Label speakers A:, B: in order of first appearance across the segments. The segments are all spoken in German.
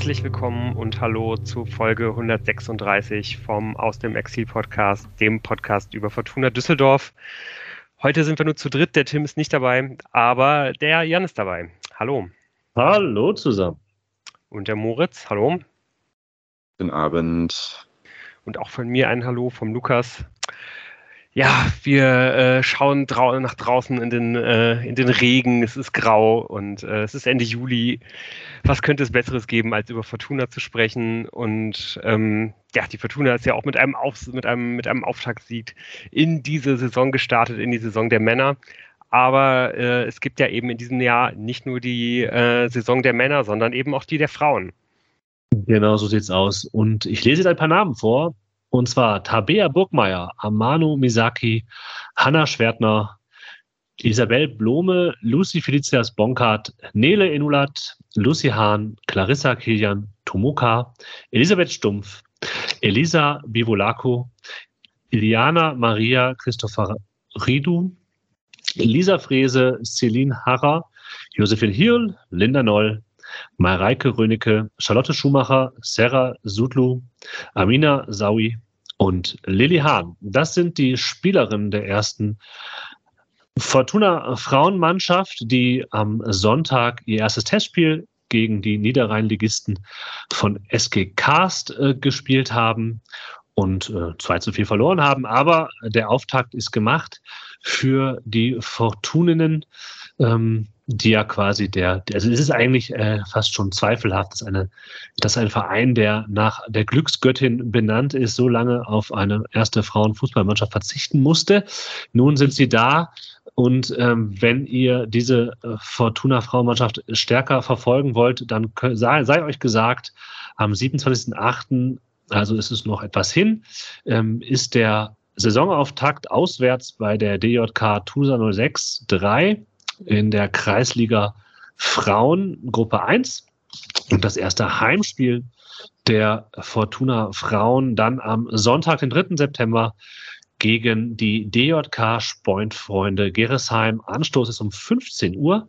A: Herzlich willkommen und hallo zu Folge 136 vom Aus dem Exil-Podcast, dem Podcast über Fortuna Düsseldorf. Heute sind wir nur zu dritt, der Tim ist nicht dabei, aber der Jan ist dabei. Hallo.
B: Hallo zusammen.
A: Und der Moritz, hallo.
C: Guten Abend.
A: Und auch von mir ein Hallo vom Lukas. Ja, wir schauen nach draußen in den Regen, es ist grau und es ist Ende Juli. Was könnte es Besseres geben, als über Fortuna zu sprechen? Und die Fortuna ist ja auch mit einem Auftaktsieg in diese Saison gestartet, in die Saison der Männer. Aber es gibt ja eben in diesem Jahr nicht nur die Saison der Männer, sondern eben auch die der Frauen.
B: Genau, so sieht's aus. Und ich lese jetzt ein paar Namen vor. Und zwar Tabea Burgmeier, Amano Misaki, Hanna Schwertner, Isabel Blome, Lucy Felicitas Bonkart, Nele Enulat, Lucy Hahn, Clarissa Kilian, Tomoka, Elisabeth Stumpf, Elisa Bivolako, Iliana Maria Christopher Ridu, Lisa Frese, Celine Harrer, Josephine Hirl, Linda Noll, Mareike Rönecke, Charlotte Schumacher, Sarah Sudlu, Amina Sawi und Lilly Hahn. Das sind die Spielerinnen der ersten Fortuna-Frauenmannschaft, die am Sonntag ihr erstes Testspiel gegen die Niederrhein-Ligisten von SG Karst gespielt haben und 2:4 verloren haben. Aber der Auftakt ist gemacht für die Fortuninnen, die ja quasi also es ist eigentlich fast schon zweifelhaft, dass ein Verein, der nach der Glücksgöttin benannt ist, so lange auf eine erste Frauenfußballmannschaft verzichten musste. Nun sind sie da und wenn ihr diese Fortuna-Frauenmannschaft stärker verfolgen wollt, dann sei euch gesagt, am 27.08., also ist es noch etwas hin, ist der Saisonauftakt auswärts bei der DJK Tusa 06-3 in der Kreisliga Frauen Gruppe 1 und das erste Heimspiel der Fortuna Frauen dann am Sonntag, den 3. September gegen die DJK Freunde Geresheim. Anstoß ist um 15 Uhr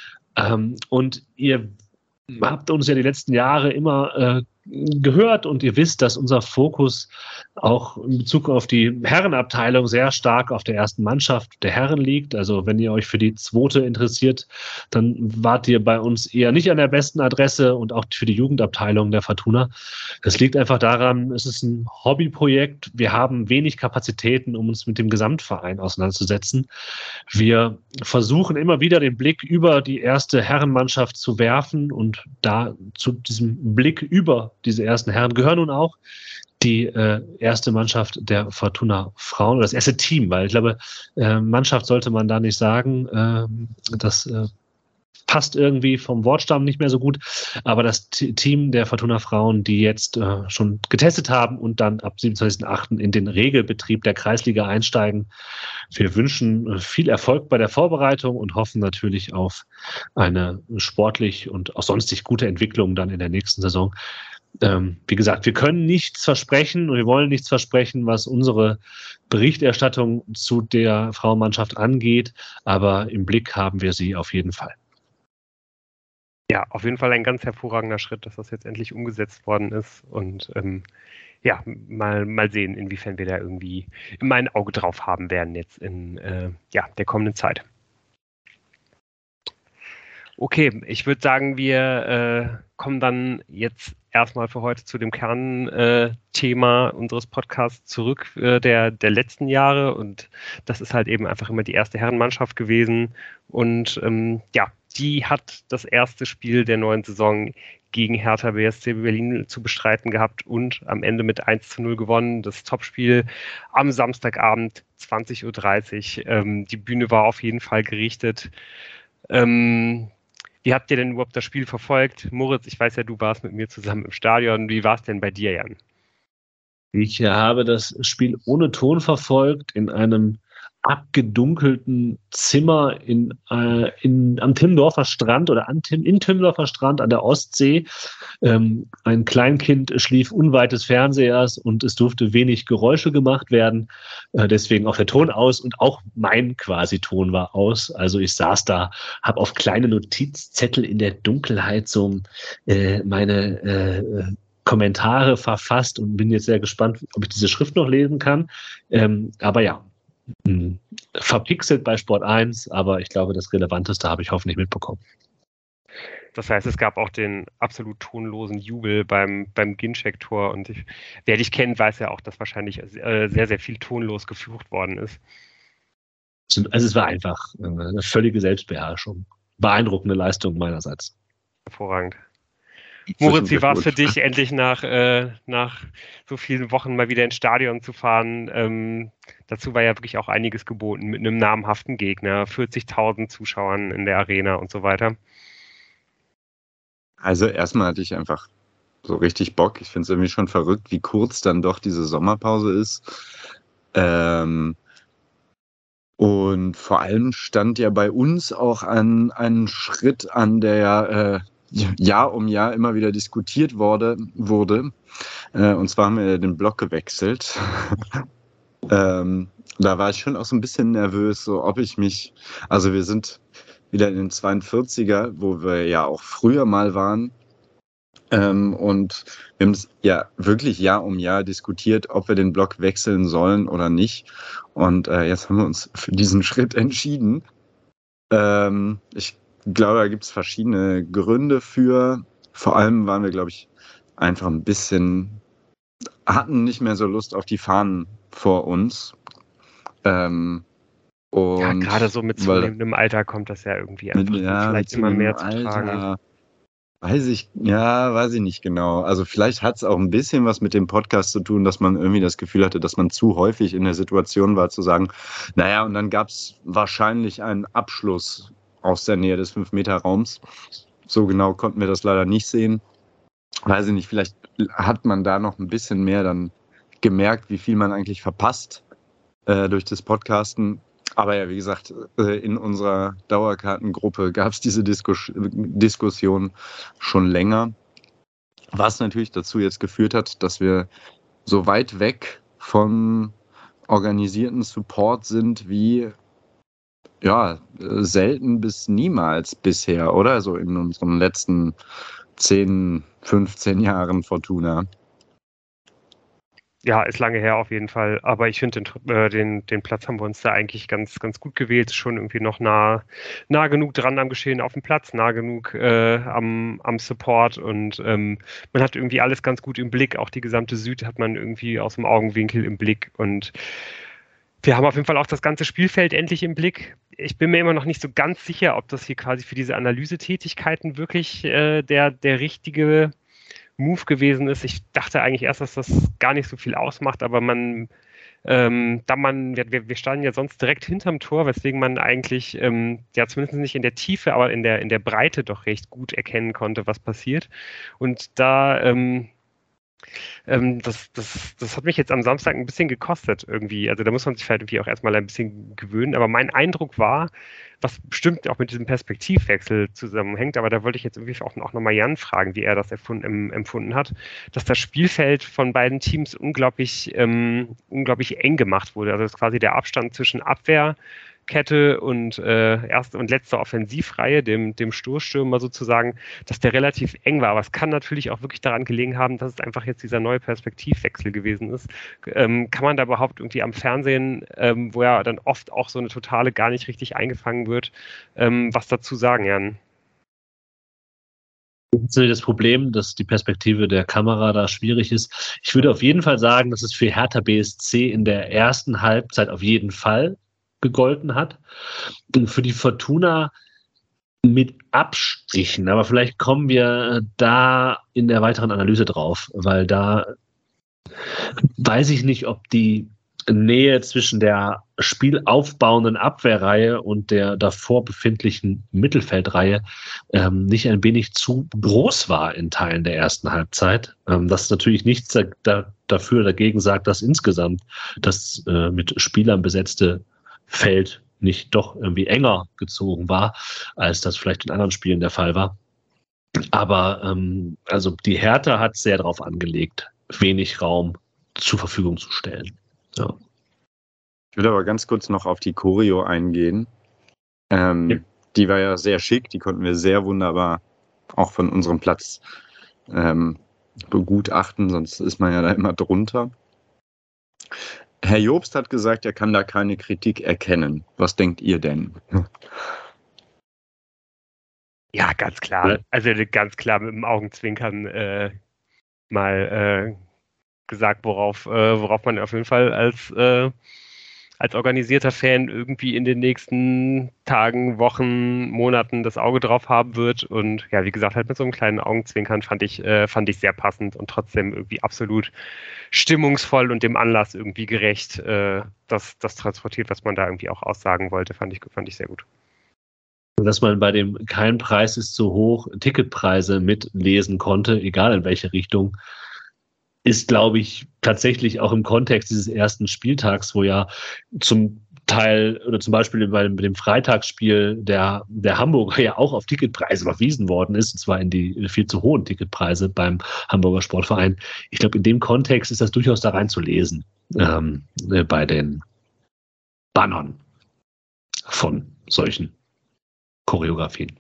B: und ihr habt uns ja die letzten Jahre immer gehört und ihr wisst, dass unser Fokus auch in Bezug auf die Herrenabteilung sehr stark auf der ersten Mannschaft der Herren liegt. Also wenn ihr euch für die zweite interessiert, dann wart ihr bei uns eher nicht an der besten Adresse und auch für die Jugendabteilung der Fortuna. Das liegt einfach daran, es ist ein Hobbyprojekt. Wir haben wenig Kapazitäten, um uns mit dem Gesamtverein auseinanderzusetzen. Wir versuchen immer wieder den Blick über die erste Herrenmannschaft zu werfen und da zu diesem Blick über diese ersten Herren gehören nun auch die erste Mannschaft der Fortuna Frauen, oder das erste Team, weil ich glaube, Mannschaft sollte man da nicht sagen. Das passt irgendwie vom Wortstamm nicht mehr so gut. Aber das Team der Fortuna Frauen, die jetzt schon getestet haben und dann ab 27.08. in den Regelbetrieb der Kreisliga einsteigen. Wir wünschen viel Erfolg bei der Vorbereitung und hoffen natürlich auf eine sportlich und auch sonstig gute Entwicklung dann in der nächsten Saison. Wie gesagt, wir können nichts versprechen und wir wollen nichts versprechen, was unsere Berichterstattung zu der Frauenmannschaft angeht, aber im Blick haben wir sie auf jeden Fall.
A: Ja, auf jeden Fall ein ganz hervorragender Schritt, dass das jetzt endlich umgesetzt worden ist und mal sehen, inwiefern wir da irgendwie immer ein Auge drauf haben werden jetzt in der kommenden Zeit. Okay, ich würde sagen, wir kommen dann jetzt erstmal für heute zu dem Kernthema unseres Podcasts zurück der letzten Jahre und das ist halt eben einfach immer die erste Herrenmannschaft gewesen und die hat das erste Spiel der neuen Saison gegen Hertha BSC Berlin zu bestreiten gehabt und am Ende mit 1:0 gewonnen. Das Topspiel am Samstagabend 20:30 Uhr. Die Bühne war auf jeden Fall gerichtet. Wie habt ihr denn überhaupt das Spiel verfolgt? Moritz, ich weiß ja, du warst mit mir zusammen im Stadion. Wie war es denn bei dir, Jan?
B: Ich habe das Spiel ohne Ton verfolgt in einem abgedunkelten Zimmer am Timmendorfer Strand oder in Timmendorfer Strand an der Ostsee. Ein Kleinkind schlief unweit des Fernsehers und es durfte wenig Geräusche gemacht werden. Deswegen auch der Ton aus und auch mein quasi Ton war aus. Also ich saß da, habe auf kleine Notizzettel in der Dunkelheit so meine Kommentare verfasst und bin jetzt sehr gespannt, ob ich diese Schrift noch lesen kann. Aber ja, verpixelt bei Sport 1, aber ich glaube, das Relevanteste habe ich hoffentlich mitbekommen.
A: Das heißt, es gab auch den absolut tonlosen Jubel beim Ginczek-Tor und wer dich kennt, weiß ja auch, dass wahrscheinlich sehr, sehr viel tonlos geflucht worden ist.
B: Also es war einfach eine völlige Selbstbeherrschung. Beeindruckende Leistung meinerseits.
A: Hervorragend. Moritz, wie war es für dich, endlich nach so vielen Wochen mal wieder ins Stadion zu fahren? Dazu war ja wirklich auch einiges geboten mit einem namhaften Gegner, 40.000 Zuschauern in der Arena und so weiter.
C: Also erstmal hatte ich einfach so richtig Bock. Ich finde es irgendwie schon verrückt, wie kurz dann doch diese Sommerpause ist. Und vor allem stand ja bei uns auch ein Schritt an, der Jahr um Jahr immer wieder diskutiert wurde. Und zwar haben wir den Block gewechselt. Da war ich schon auch so ein bisschen nervös, so ob ich mich, also wir sind wieder in den 42er, wo wir ja auch früher mal waren. Und wir haben es ja wirklich Jahr um Jahr diskutiert, ob wir den Block wechseln sollen oder nicht. Und jetzt haben wir uns für diesen Schritt entschieden. Ich glaube, da gibt es verschiedene Gründe für. Vor allem waren wir, glaube ich, einfach ein bisschen, hatten nicht mehr so Lust auf die Fahnen vor uns. Und
A: ja, gerade so mit zunehmendem Alter kommt das ja irgendwie einfach vielleicht immer mehr zu tragen.
C: Weiß ich nicht genau. Also vielleicht hat es auch ein bisschen was mit dem Podcast zu tun, dass man irgendwie das Gefühl hatte, dass man zu häufig in der Situation war, zu sagen, naja, und dann gab es wahrscheinlich einen Abschluss aus der Nähe des 5-Meter-Raums. So genau konnten wir das leider nicht sehen. Weiß ich nicht, vielleicht hat man da noch ein bisschen mehr dann gemerkt, wie viel man eigentlich verpasst durch das Podcasten. Aber ja, wie gesagt, in unserer Dauerkartengruppe gab es diese Diskussion schon länger, was natürlich dazu jetzt geführt hat, dass wir so weit weg vom organisierten Support sind wie selten bis niemals bisher, oder? So in unseren letzten 10, 15 Jahren Fortuna.
A: Ja, ist lange her auf jeden Fall, aber ich finde, den Platz haben wir uns da eigentlich ganz, ganz gut gewählt, schon irgendwie noch nah genug dran am Geschehen auf dem Platz, nah genug am Support und man hat irgendwie alles ganz gut im Blick, auch die gesamte Süd hat man irgendwie aus dem Augenwinkel im Blick und wir haben auf jeden Fall auch das ganze Spielfeld endlich im Blick. Ich bin mir immer noch nicht so ganz sicher, ob das hier quasi für diese Analysetätigkeiten wirklich der richtige Move gewesen ist. Ich dachte eigentlich erst, dass das gar nicht so viel ausmacht, aber wir standen ja sonst direkt hinterm Tor, weswegen man eigentlich zumindest nicht in der Tiefe, aber in der Breite doch recht gut erkennen konnte, was passiert. Und da das hat mich jetzt am Samstag ein bisschen gekostet irgendwie. Also da muss man sich vielleicht irgendwie auch erstmal ein bisschen gewöhnen. Aber mein Eindruck war, was bestimmt auch mit diesem Perspektivwechsel zusammenhängt, aber da wollte ich jetzt irgendwie auch nochmal Jan fragen, wie er das empfunden hat, dass das Spielfeld von beiden Teams unglaublich eng gemacht wurde. Also dass quasi der Abstand zwischen Abwehrkette und erste und letzte Offensivreihe, dem Stoßstürmer sozusagen, dass der relativ eng war. Aber es kann natürlich auch wirklich daran gelegen haben, dass es einfach jetzt dieser neue Perspektivwechsel gewesen ist. Kann man da überhaupt irgendwie am Fernsehen, wo ja dann oft auch so eine Totale gar nicht richtig eingefangen wird, was dazu sagen, Jan?
B: Das Problem, dass die Perspektive der Kamera da schwierig ist. Ich würde auf jeden Fall sagen, dass es für Hertha BSC in der ersten Halbzeit auf jeden Fall gegolten hat. Und für die Fortuna mit Abstrichen. Aber vielleicht kommen wir da in der weiteren Analyse drauf, weil da weiß ich nicht, ob die Nähe zwischen der spielaufbauenden Abwehrreihe und der davor befindlichen Mittelfeldreihe nicht ein wenig zu groß war in Teilen der ersten Halbzeit. Das natürlich nichts dagegen sagt, dass insgesamt das mit Spielern besetzte Feld nicht doch irgendwie enger gezogen war, als das vielleicht in anderen Spielen der Fall war. Aber also die Hertha hat sehr darauf angelegt, wenig Raum zur Verfügung zu stellen. Ja.
C: Ich will aber ganz kurz noch auf die Choreo eingehen. Die war ja sehr schick, die konnten wir sehr wunderbar auch von unserem Platz begutachten, sonst ist man ja da immer drunter. Herr Jobst hat gesagt, er kann da keine Kritik erkennen. Was denkt ihr denn?
A: Ja, ganz klar. Also ganz klar mit dem Augenzwinkern mal gesagt, worauf man auf jeden Fall als organisierter Fan irgendwie in den nächsten Tagen, Wochen, Monaten das Auge drauf haben wird. Und ja, wie gesagt, halt mit so einem kleinen Augenzwinkern fand ich sehr passend und trotzdem irgendwie absolut stimmungsvoll und dem Anlass irgendwie gerecht, das transportiert, was man da irgendwie auch aussagen wollte, fand ich sehr gut.
B: Dass man bei dem Kein Preis ist zu hoch Ticketpreise mitlesen konnte, egal in welche Richtung, ist, glaube ich, tatsächlich auch im Kontext dieses ersten Spieltags, wo ja zum Teil oder zum Beispiel bei dem Freitagsspiel der Hamburger ja auch auf Ticketpreise verwiesen worden ist, und zwar in die viel zu hohen Ticketpreise beim Hamburger Sportverein. Ich glaube, in dem Kontext ist das durchaus da rein zu lesen, bei den Bannern von solchen Choreografien.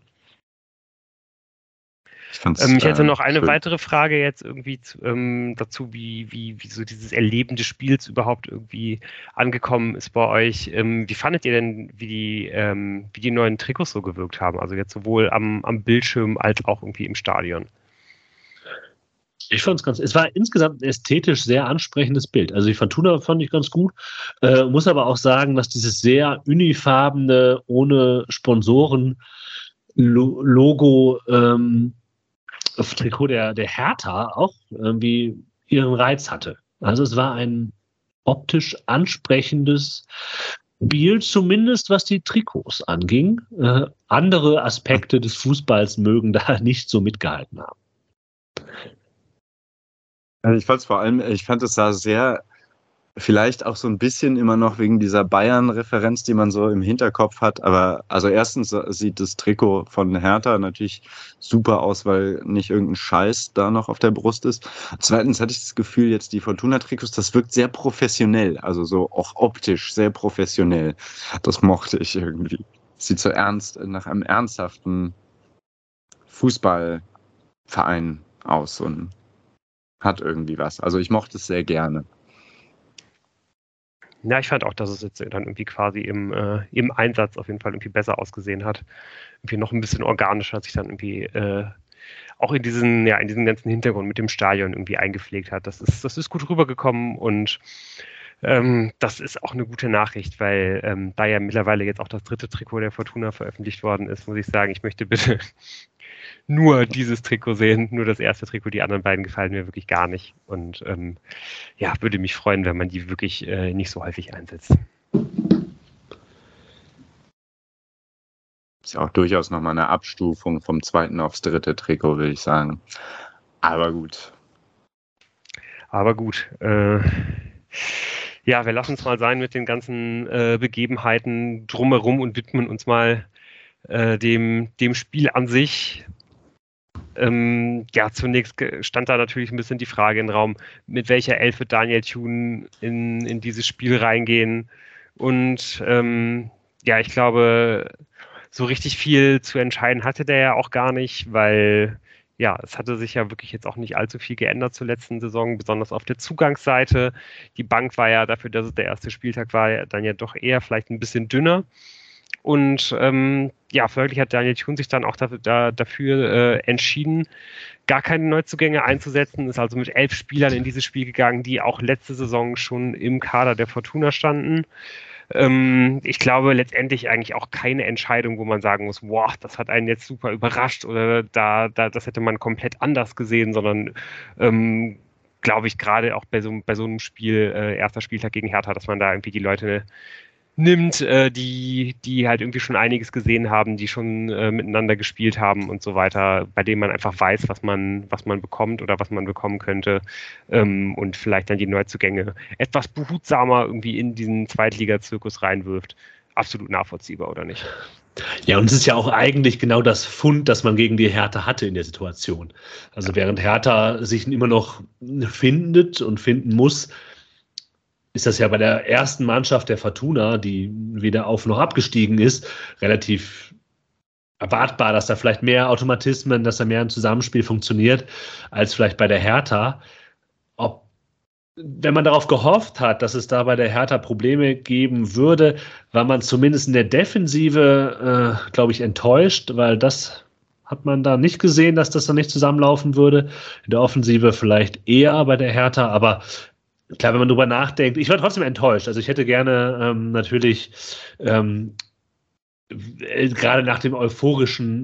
A: Ich hätte noch eine weitere Frage jetzt irgendwie dazu, wie so dieses Erleben des Spiels überhaupt irgendwie angekommen ist bei euch. Wie fandet ihr denn, wie die neuen Trikots so gewirkt haben? Also jetzt sowohl am Bildschirm als auch irgendwie im Stadion.
B: Ich fand es war insgesamt ein ästhetisch sehr ansprechendes Bild. Also die Fortuna fand ich ganz gut, muss aber auch sagen, dass dieses sehr unifarbene, ohne Sponsoren Logo Trikot der Hertha auch irgendwie ihren Reiz hatte. Also es war ein optisch ansprechendes Spiel, zumindest was die Trikots anging. Andere Aspekte des Fußballs mögen da nicht so mitgehalten haben.
C: Ich fand es sah sehr, vielleicht auch so ein bisschen immer noch wegen dieser Bayern-Referenz, die man so im Hinterkopf hat. Aber also erstens sieht das Trikot von Hertha natürlich super aus, weil nicht irgendein Scheiß da noch auf der Brust ist. Zweitens hatte ich das Gefühl, jetzt die Fortuna-Trikots, das wirkt sehr professionell, also so auch optisch sehr professionell. Das mochte ich irgendwie. Sieht so nach einem ernsthaften Fußballverein aus und hat irgendwie was. Also ich mochte es sehr gerne.
A: Ja, ich fand auch, dass es jetzt dann irgendwie quasi im Einsatz auf jeden Fall irgendwie besser ausgesehen hat. Irgendwie noch ein bisschen organischer sich dann irgendwie auch in diesen ganzen Hintergrund mit dem Stadion irgendwie eingepflegt hat. Das ist gut rübergekommen und das ist auch eine gute Nachricht, weil da ja mittlerweile jetzt auch das 3. Trikot der Fortuna veröffentlicht worden ist, muss ich sagen, ich möchte bitte nur dieses Trikot sehen, nur das erste Trikot, die anderen beiden gefallen mir wirklich gar nicht und würde mich freuen, wenn man die wirklich nicht so häufig einsetzt.
C: Ist ja auch durchaus nochmal eine Abstufung vom 2. aufs 3. Trikot, würde ich sagen. Aber gut.
A: Wir lassen es mal sein mit den ganzen Begebenheiten drumherum und widmen uns mal dem Spiel an sich. Zunächst stand da natürlich ein bisschen die Frage im Raum, mit welcher Elf wird Daniel Thun in dieses Spiel reingehen. Und ich glaube, so richtig viel zu entscheiden hatte der ja auch gar nicht, weil es hatte sich ja wirklich jetzt auch nicht allzu viel geändert zur letzten Saison, besonders auf der Zugangsseite. Die Bank war ja dafür, dass es der erste Spieltag war, dann ja doch eher vielleicht ein bisschen dünner. Und folglich hat Daniel Thun sich dann auch dafür entschieden, gar keine Neuzugänge einzusetzen, ist also mit 11 Spielern in dieses Spiel gegangen, die auch letzte Saison schon im Kader der Fortuna standen. Ich glaube letztendlich eigentlich auch keine Entscheidung, wo man sagen muss, wow, das hat einen jetzt super überrascht oder das hätte man komplett anders gesehen, sondern glaube ich gerade auch bei so einem Spiel, erster Spieltag gegen Hertha, dass man da irgendwie die Leute nimmt, die halt irgendwie schon einiges gesehen haben, die schon miteinander gespielt haben und so weiter, bei denen man einfach weiß, was man bekommt oder was man bekommen könnte und vielleicht dann die Neuzugänge etwas behutsamer irgendwie in diesen Zweitliga-Zirkus reinwirft. absolut nachvollziehbar, oder nicht?
B: Ja, und es ist ja auch eigentlich genau das Fund, das man gegen die Hertha hatte in der Situation. Also während Hertha sich immer noch findet und finden muss, ist das ja bei der ersten Mannschaft der Fortuna, die weder auf noch abgestiegen ist, relativ erwartbar, dass da vielleicht mehr Automatismen, dass da mehr ein Zusammenspiel funktioniert, als vielleicht bei der Hertha. Wenn man darauf gehofft hat, dass es da bei der Hertha Probleme geben würde, war man zumindest in der Defensive, glaube ich, enttäuscht, weil das hat man da nicht gesehen, dass das dann nicht zusammenlaufen würde. In der Offensive vielleicht eher bei der Hertha, aber klar, wenn man drüber nachdenkt, ich war trotzdem enttäuscht. Also ich hätte gerne natürlich gerade nach dem euphorischen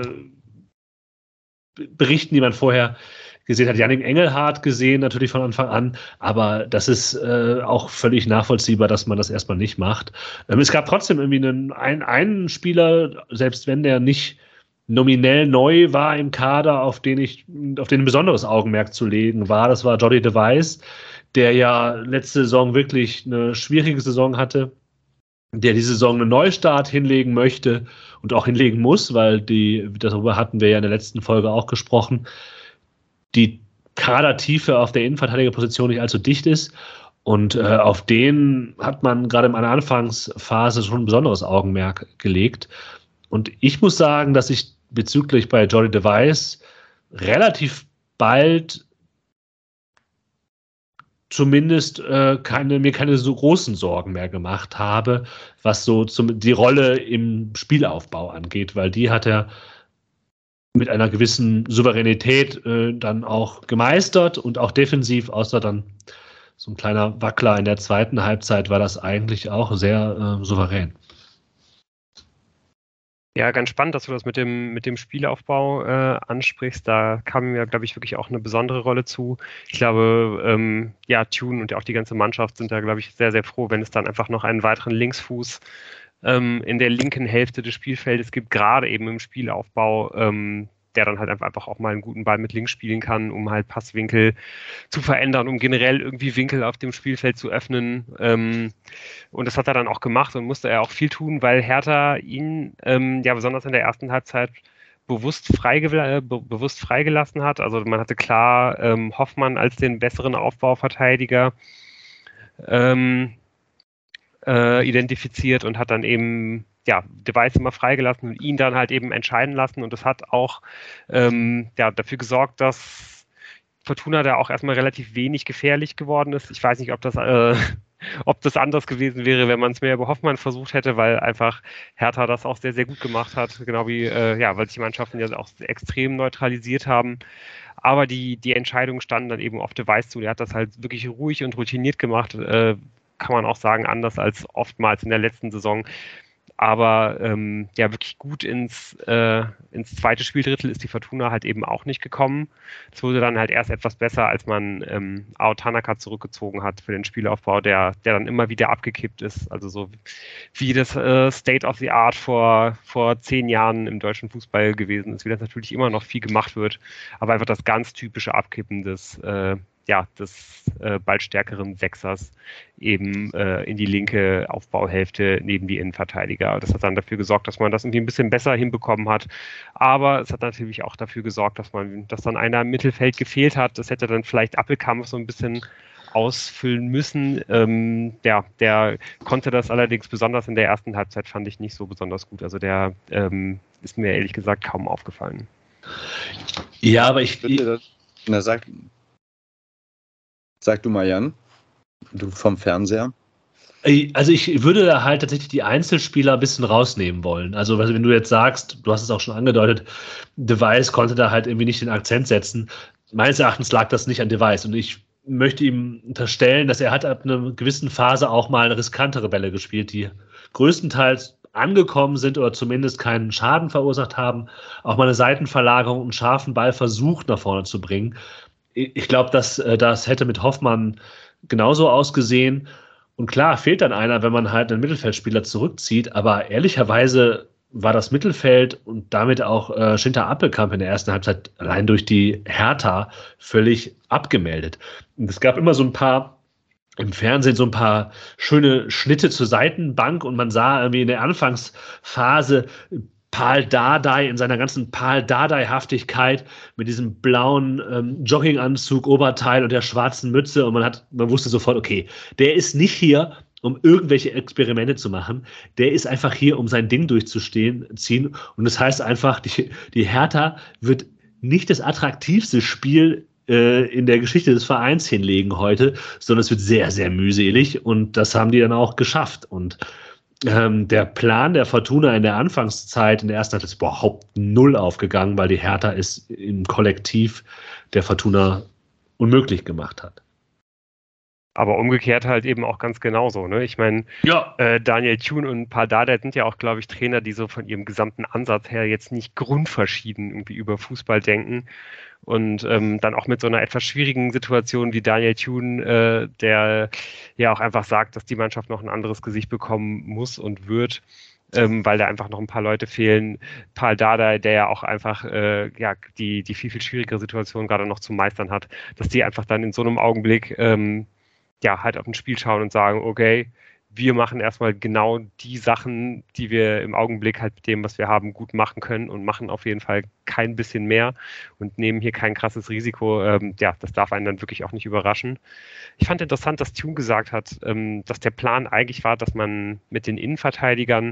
B: Berichten, die man vorher gesehen hat, Jannik Engelhardt gesehen, natürlich von Anfang an, aber das ist auch völlig nachvollziehbar, dass man das erstmal nicht macht. Es gab trotzdem irgendwie einen Spieler, selbst wenn der nicht nominell neu war im Kader, auf den ein besonderes Augenmerk zu legen war, das war Jordi de Wijs, der ja letzte Saison wirklich eine schwierige Saison hatte, der diese Saison einen Neustart hinlegen möchte und auch hinlegen muss, weil darüber hatten wir ja in der letzten Folge auch gesprochen, die Kadertiefe auf der Innenverteidigerposition nicht allzu dicht ist. Und auf den hat man gerade in einer Anfangsphase schon ein besonderes Augenmerk gelegt. Und ich muss sagen, dass ich bezüglich bei Jordi de Wijs relativ bald zumindest mir keine so großen Sorgen mehr gemacht habe, was so die Rolle im Spielaufbau angeht, weil die hat er mit einer gewissen Souveränität dann auch gemeistert und auch defensiv, außer dann so ein kleiner Wackler in der zweiten Halbzeit, war das eigentlich auch sehr souverän.
A: Ja, ganz spannend, dass du das mit dem Spielaufbau ansprichst. Da kam mir, glaube ich, wirklich auch eine besondere Rolle zu. Ich glaube, Thun und auch die ganze Mannschaft sind da, glaube ich, sehr, sehr froh, wenn es dann einfach noch einen weiteren Linksfuß in der linken Hälfte des Spielfeldes gibt, gerade eben im Spielaufbau, der dann halt einfach auch mal einen guten Ball mit links spielen kann, um halt Passwinkel zu verändern, um generell irgendwie Winkel auf dem Spielfeld zu öffnen. Und das hat er dann auch gemacht und musste er auch viel tun, weil Hertha ihn besonders in der ersten Halbzeit bewusst freigelassen hat. Also man hatte klar Hoffmann als den besseren Aufbauverteidiger identifiziert und hat dann eben de Wijs immer freigelassen und ihn dann halt eben entscheiden lassen. Und das hat auch dafür gesorgt, dass Fortuna da auch erstmal relativ wenig gefährlich geworden ist. Ich weiß nicht, ob das anders gewesen wäre, wenn man es mehr über Hoffmann versucht hätte, weil einfach Hertha das auch sehr, sehr gut gemacht hat. Genau wie, weil sich die Mannschaften ja auch extrem neutralisiert haben. Aber die Entscheidungen standen dann eben auf de Wijs zu. Der hat das halt wirklich ruhig und routiniert gemacht, kann man auch sagen, anders als oftmals in der letzten Saison. Aber wirklich gut ins zweite Spieldrittel ist die Fortuna halt eben auch nicht gekommen. Es wurde dann halt erst etwas besser, als man Ao Tanaka zurückgezogen hat für den Spielaufbau, der dann immer wieder abgekippt ist. Also so wie das State of the Art vor 10 Jahren im deutschen Fußball gewesen ist, wie das natürlich immer noch viel gemacht wird. Aber einfach das ganz typische Abkippen des bald stärkeren Sechsers eben in die linke Aufbauhälfte neben die Innenverteidiger. Das hat dann dafür gesorgt, dass man das irgendwie ein bisschen besser hinbekommen hat. Aber es hat natürlich auch dafür gesorgt, dass dann einer im Mittelfeld gefehlt hat. Das hätte dann vielleicht Appelkamp so ein bisschen ausfüllen müssen. Der konnte das allerdings besonders in der ersten Halbzeit, fand ich nicht so besonders gut. Also der ist mir ehrlich gesagt kaum aufgefallen.
B: Ja, aber
C: Sag du mal, Jan, du vom Fernseher.
B: Also ich würde da halt tatsächlich die Einzelspieler ein bisschen rausnehmen wollen. Also wenn du jetzt sagst, du hast es auch schon angedeutet, de Wijs konnte da halt irgendwie nicht den Akzent setzen. Meines Erachtens lag das nicht an de Wijs. Und ich möchte ihm unterstellen, dass er hat ab einer gewissen Phase auch mal riskantere Bälle gespielt, die größtenteils angekommen sind oder zumindest keinen Schaden verursacht haben. Auch mal eine Seitenverlagerung und einen scharfen Ball versucht nach vorne zu bringen. Ich glaube, das hätte mit Hoffmann genauso ausgesehen. Und klar, fehlt dann einer, wenn man halt einen Mittelfeldspieler zurückzieht. Aber ehrlicherweise war das Mittelfeld und damit auch Schinter Appelkamp in der ersten Halbzeit allein durch die Hertha völlig abgemeldet. Und es gab immer so ein paar im Fernsehen so ein paar schöne Schnitte zur Seitenbank und man sah irgendwie in der Anfangsphase Pal Dardai in seiner ganzen Pal Dardai-Haftigkeit mit diesem blauen Jogginganzug, Oberteil und der schwarzen Mütze und man wusste sofort, okay, der ist nicht hier, um irgendwelche Experimente zu machen. Der ist einfach hier, um sein Ding ziehen. Und das heißt einfach, die Hertha wird nicht das attraktivste Spiel in der Geschichte des Vereins hinlegen heute, sondern es wird sehr, sehr mühselig und das haben die dann auch geschafft. Und der Plan der Fortuna in der Anfangszeit, in der ersten Halbzeit, ist überhaupt null aufgegangen, weil die Hertha es im Kollektiv der Fortuna unmöglich gemacht hat.
A: Aber umgekehrt halt eben auch ganz genauso. Ne? Ich meine,
B: ja.
A: Daniel Thune und Pal Dardai sind ja auch, glaube ich, Trainer, die so von ihrem gesamten Ansatz her jetzt nicht grundverschieden irgendwie über Fußball denken. Und dann auch mit so einer etwas schwierigen Situation wie Daniel Thune, der ja auch einfach sagt, dass die Mannschaft noch ein anderes Gesicht bekommen muss und wird, weil da einfach noch ein paar Leute fehlen. Pal Dardai, der ja auch einfach die viel, viel schwierigere Situation gerade noch zu meistern hat, dass die einfach dann in so einem Augenblick halt auf ein Spiel schauen und sagen, okay, wir machen erstmal genau die Sachen, die wir im Augenblick halt mit dem, was wir haben, gut machen können und machen auf jeden Fall kein bisschen mehr und nehmen hier kein krasses Risiko. Das darf einen dann wirklich auch nicht überraschen. Ich fand interessant, dass Thune gesagt hat, dass der Plan eigentlich war, dass man mit den Innenverteidigern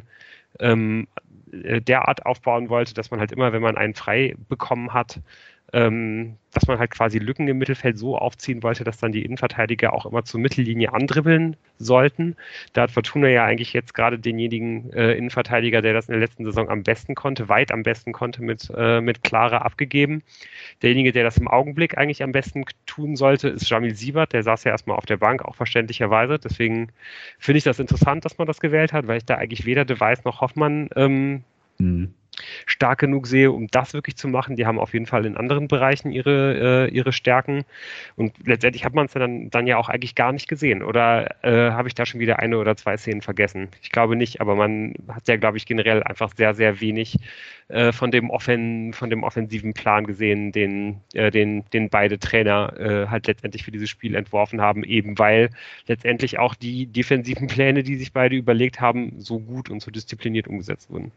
A: derart aufbauen wollte, dass man halt immer, wenn man einen frei bekommen hat, dass man halt quasi Lücken im Mittelfeld so aufziehen wollte, dass dann die Innenverteidiger auch immer zur Mittellinie andribbeln sollten. Da hat Fortuna ja eigentlich jetzt gerade denjenigen Innenverteidiger, der das in der letzten Saison am besten konnte, weit am besten konnte, mit Clara abgegeben. Derjenige, der das im Augenblick eigentlich am besten tun sollte, ist Jamil Siebert. Der saß ja erstmal auf der Bank, auch verständlicherweise. Deswegen finde ich das interessant, dass man das gewählt hat, weil ich da eigentlich weder De Weiß noch Hoffmann stark genug sehe, um das wirklich zu machen. Die haben auf jeden Fall in anderen Bereichen ihre Stärken und letztendlich hat man es dann ja auch eigentlich gar nicht gesehen. Oder habe ich da schon wieder eine oder zwei Szenen vergessen? Ich glaube nicht, aber man hat ja, glaube ich, generell einfach sehr, sehr wenig von dem offensiven Plan gesehen, den beide Trainer halt letztendlich für dieses Spiel entworfen haben, eben weil letztendlich auch die defensiven Pläne, die sich beide überlegt haben, so gut und so diszipliniert umgesetzt wurden.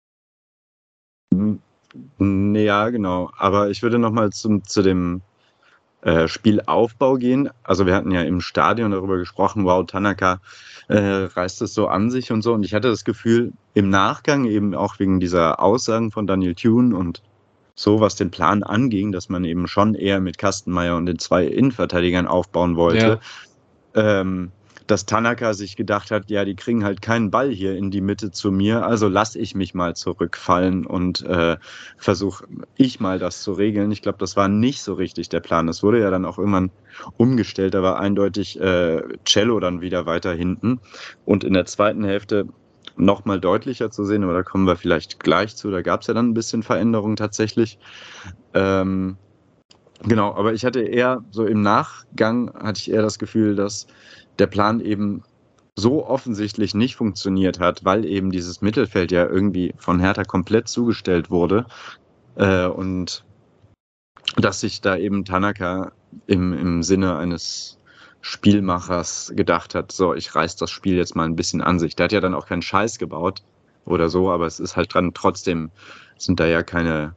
C: Ja, genau. Aber ich würde nochmal zu dem Spielaufbau gehen. Also wir hatten ja im Stadion darüber gesprochen, wow, Tanaka reißt es so an sich und so. Und ich hatte das Gefühl, im Nachgang eben auch wegen dieser Aussagen von Daniel Thune und so, was den Plan anging, dass man eben schon eher mit Kastenmeier und den zwei Innenverteidigern aufbauen wollte, dass Tanaka sich gedacht hat, ja, die kriegen halt keinen Ball hier in die Mitte zu mir, also lasse ich mich mal zurückfallen und versuche ich mal das zu regeln. Ich glaube, das war nicht so richtig der Plan. Das wurde ja dann auch irgendwann umgestellt, da war eindeutig Cello dann wieder weiter hinten und in der zweiten Hälfte noch mal deutlicher zu sehen, aber da kommen wir vielleicht gleich zu, da gab es ja dann ein bisschen Veränderung tatsächlich. Genau, aber ich hatte eher so im Nachgang, hatte ich eher das Gefühl, dass der Plan eben so offensichtlich nicht funktioniert hat, weil eben dieses Mittelfeld ja irgendwie von Hertha komplett zugestellt wurde und dass sich da eben Tanaka im Sinne eines Spielmachers gedacht hat, so, ich reiß das Spiel jetzt mal ein bisschen an sich. Der hat ja dann auch keinen Scheiß gebaut oder so, aber es ist halt dran, trotzdem sind da ja keine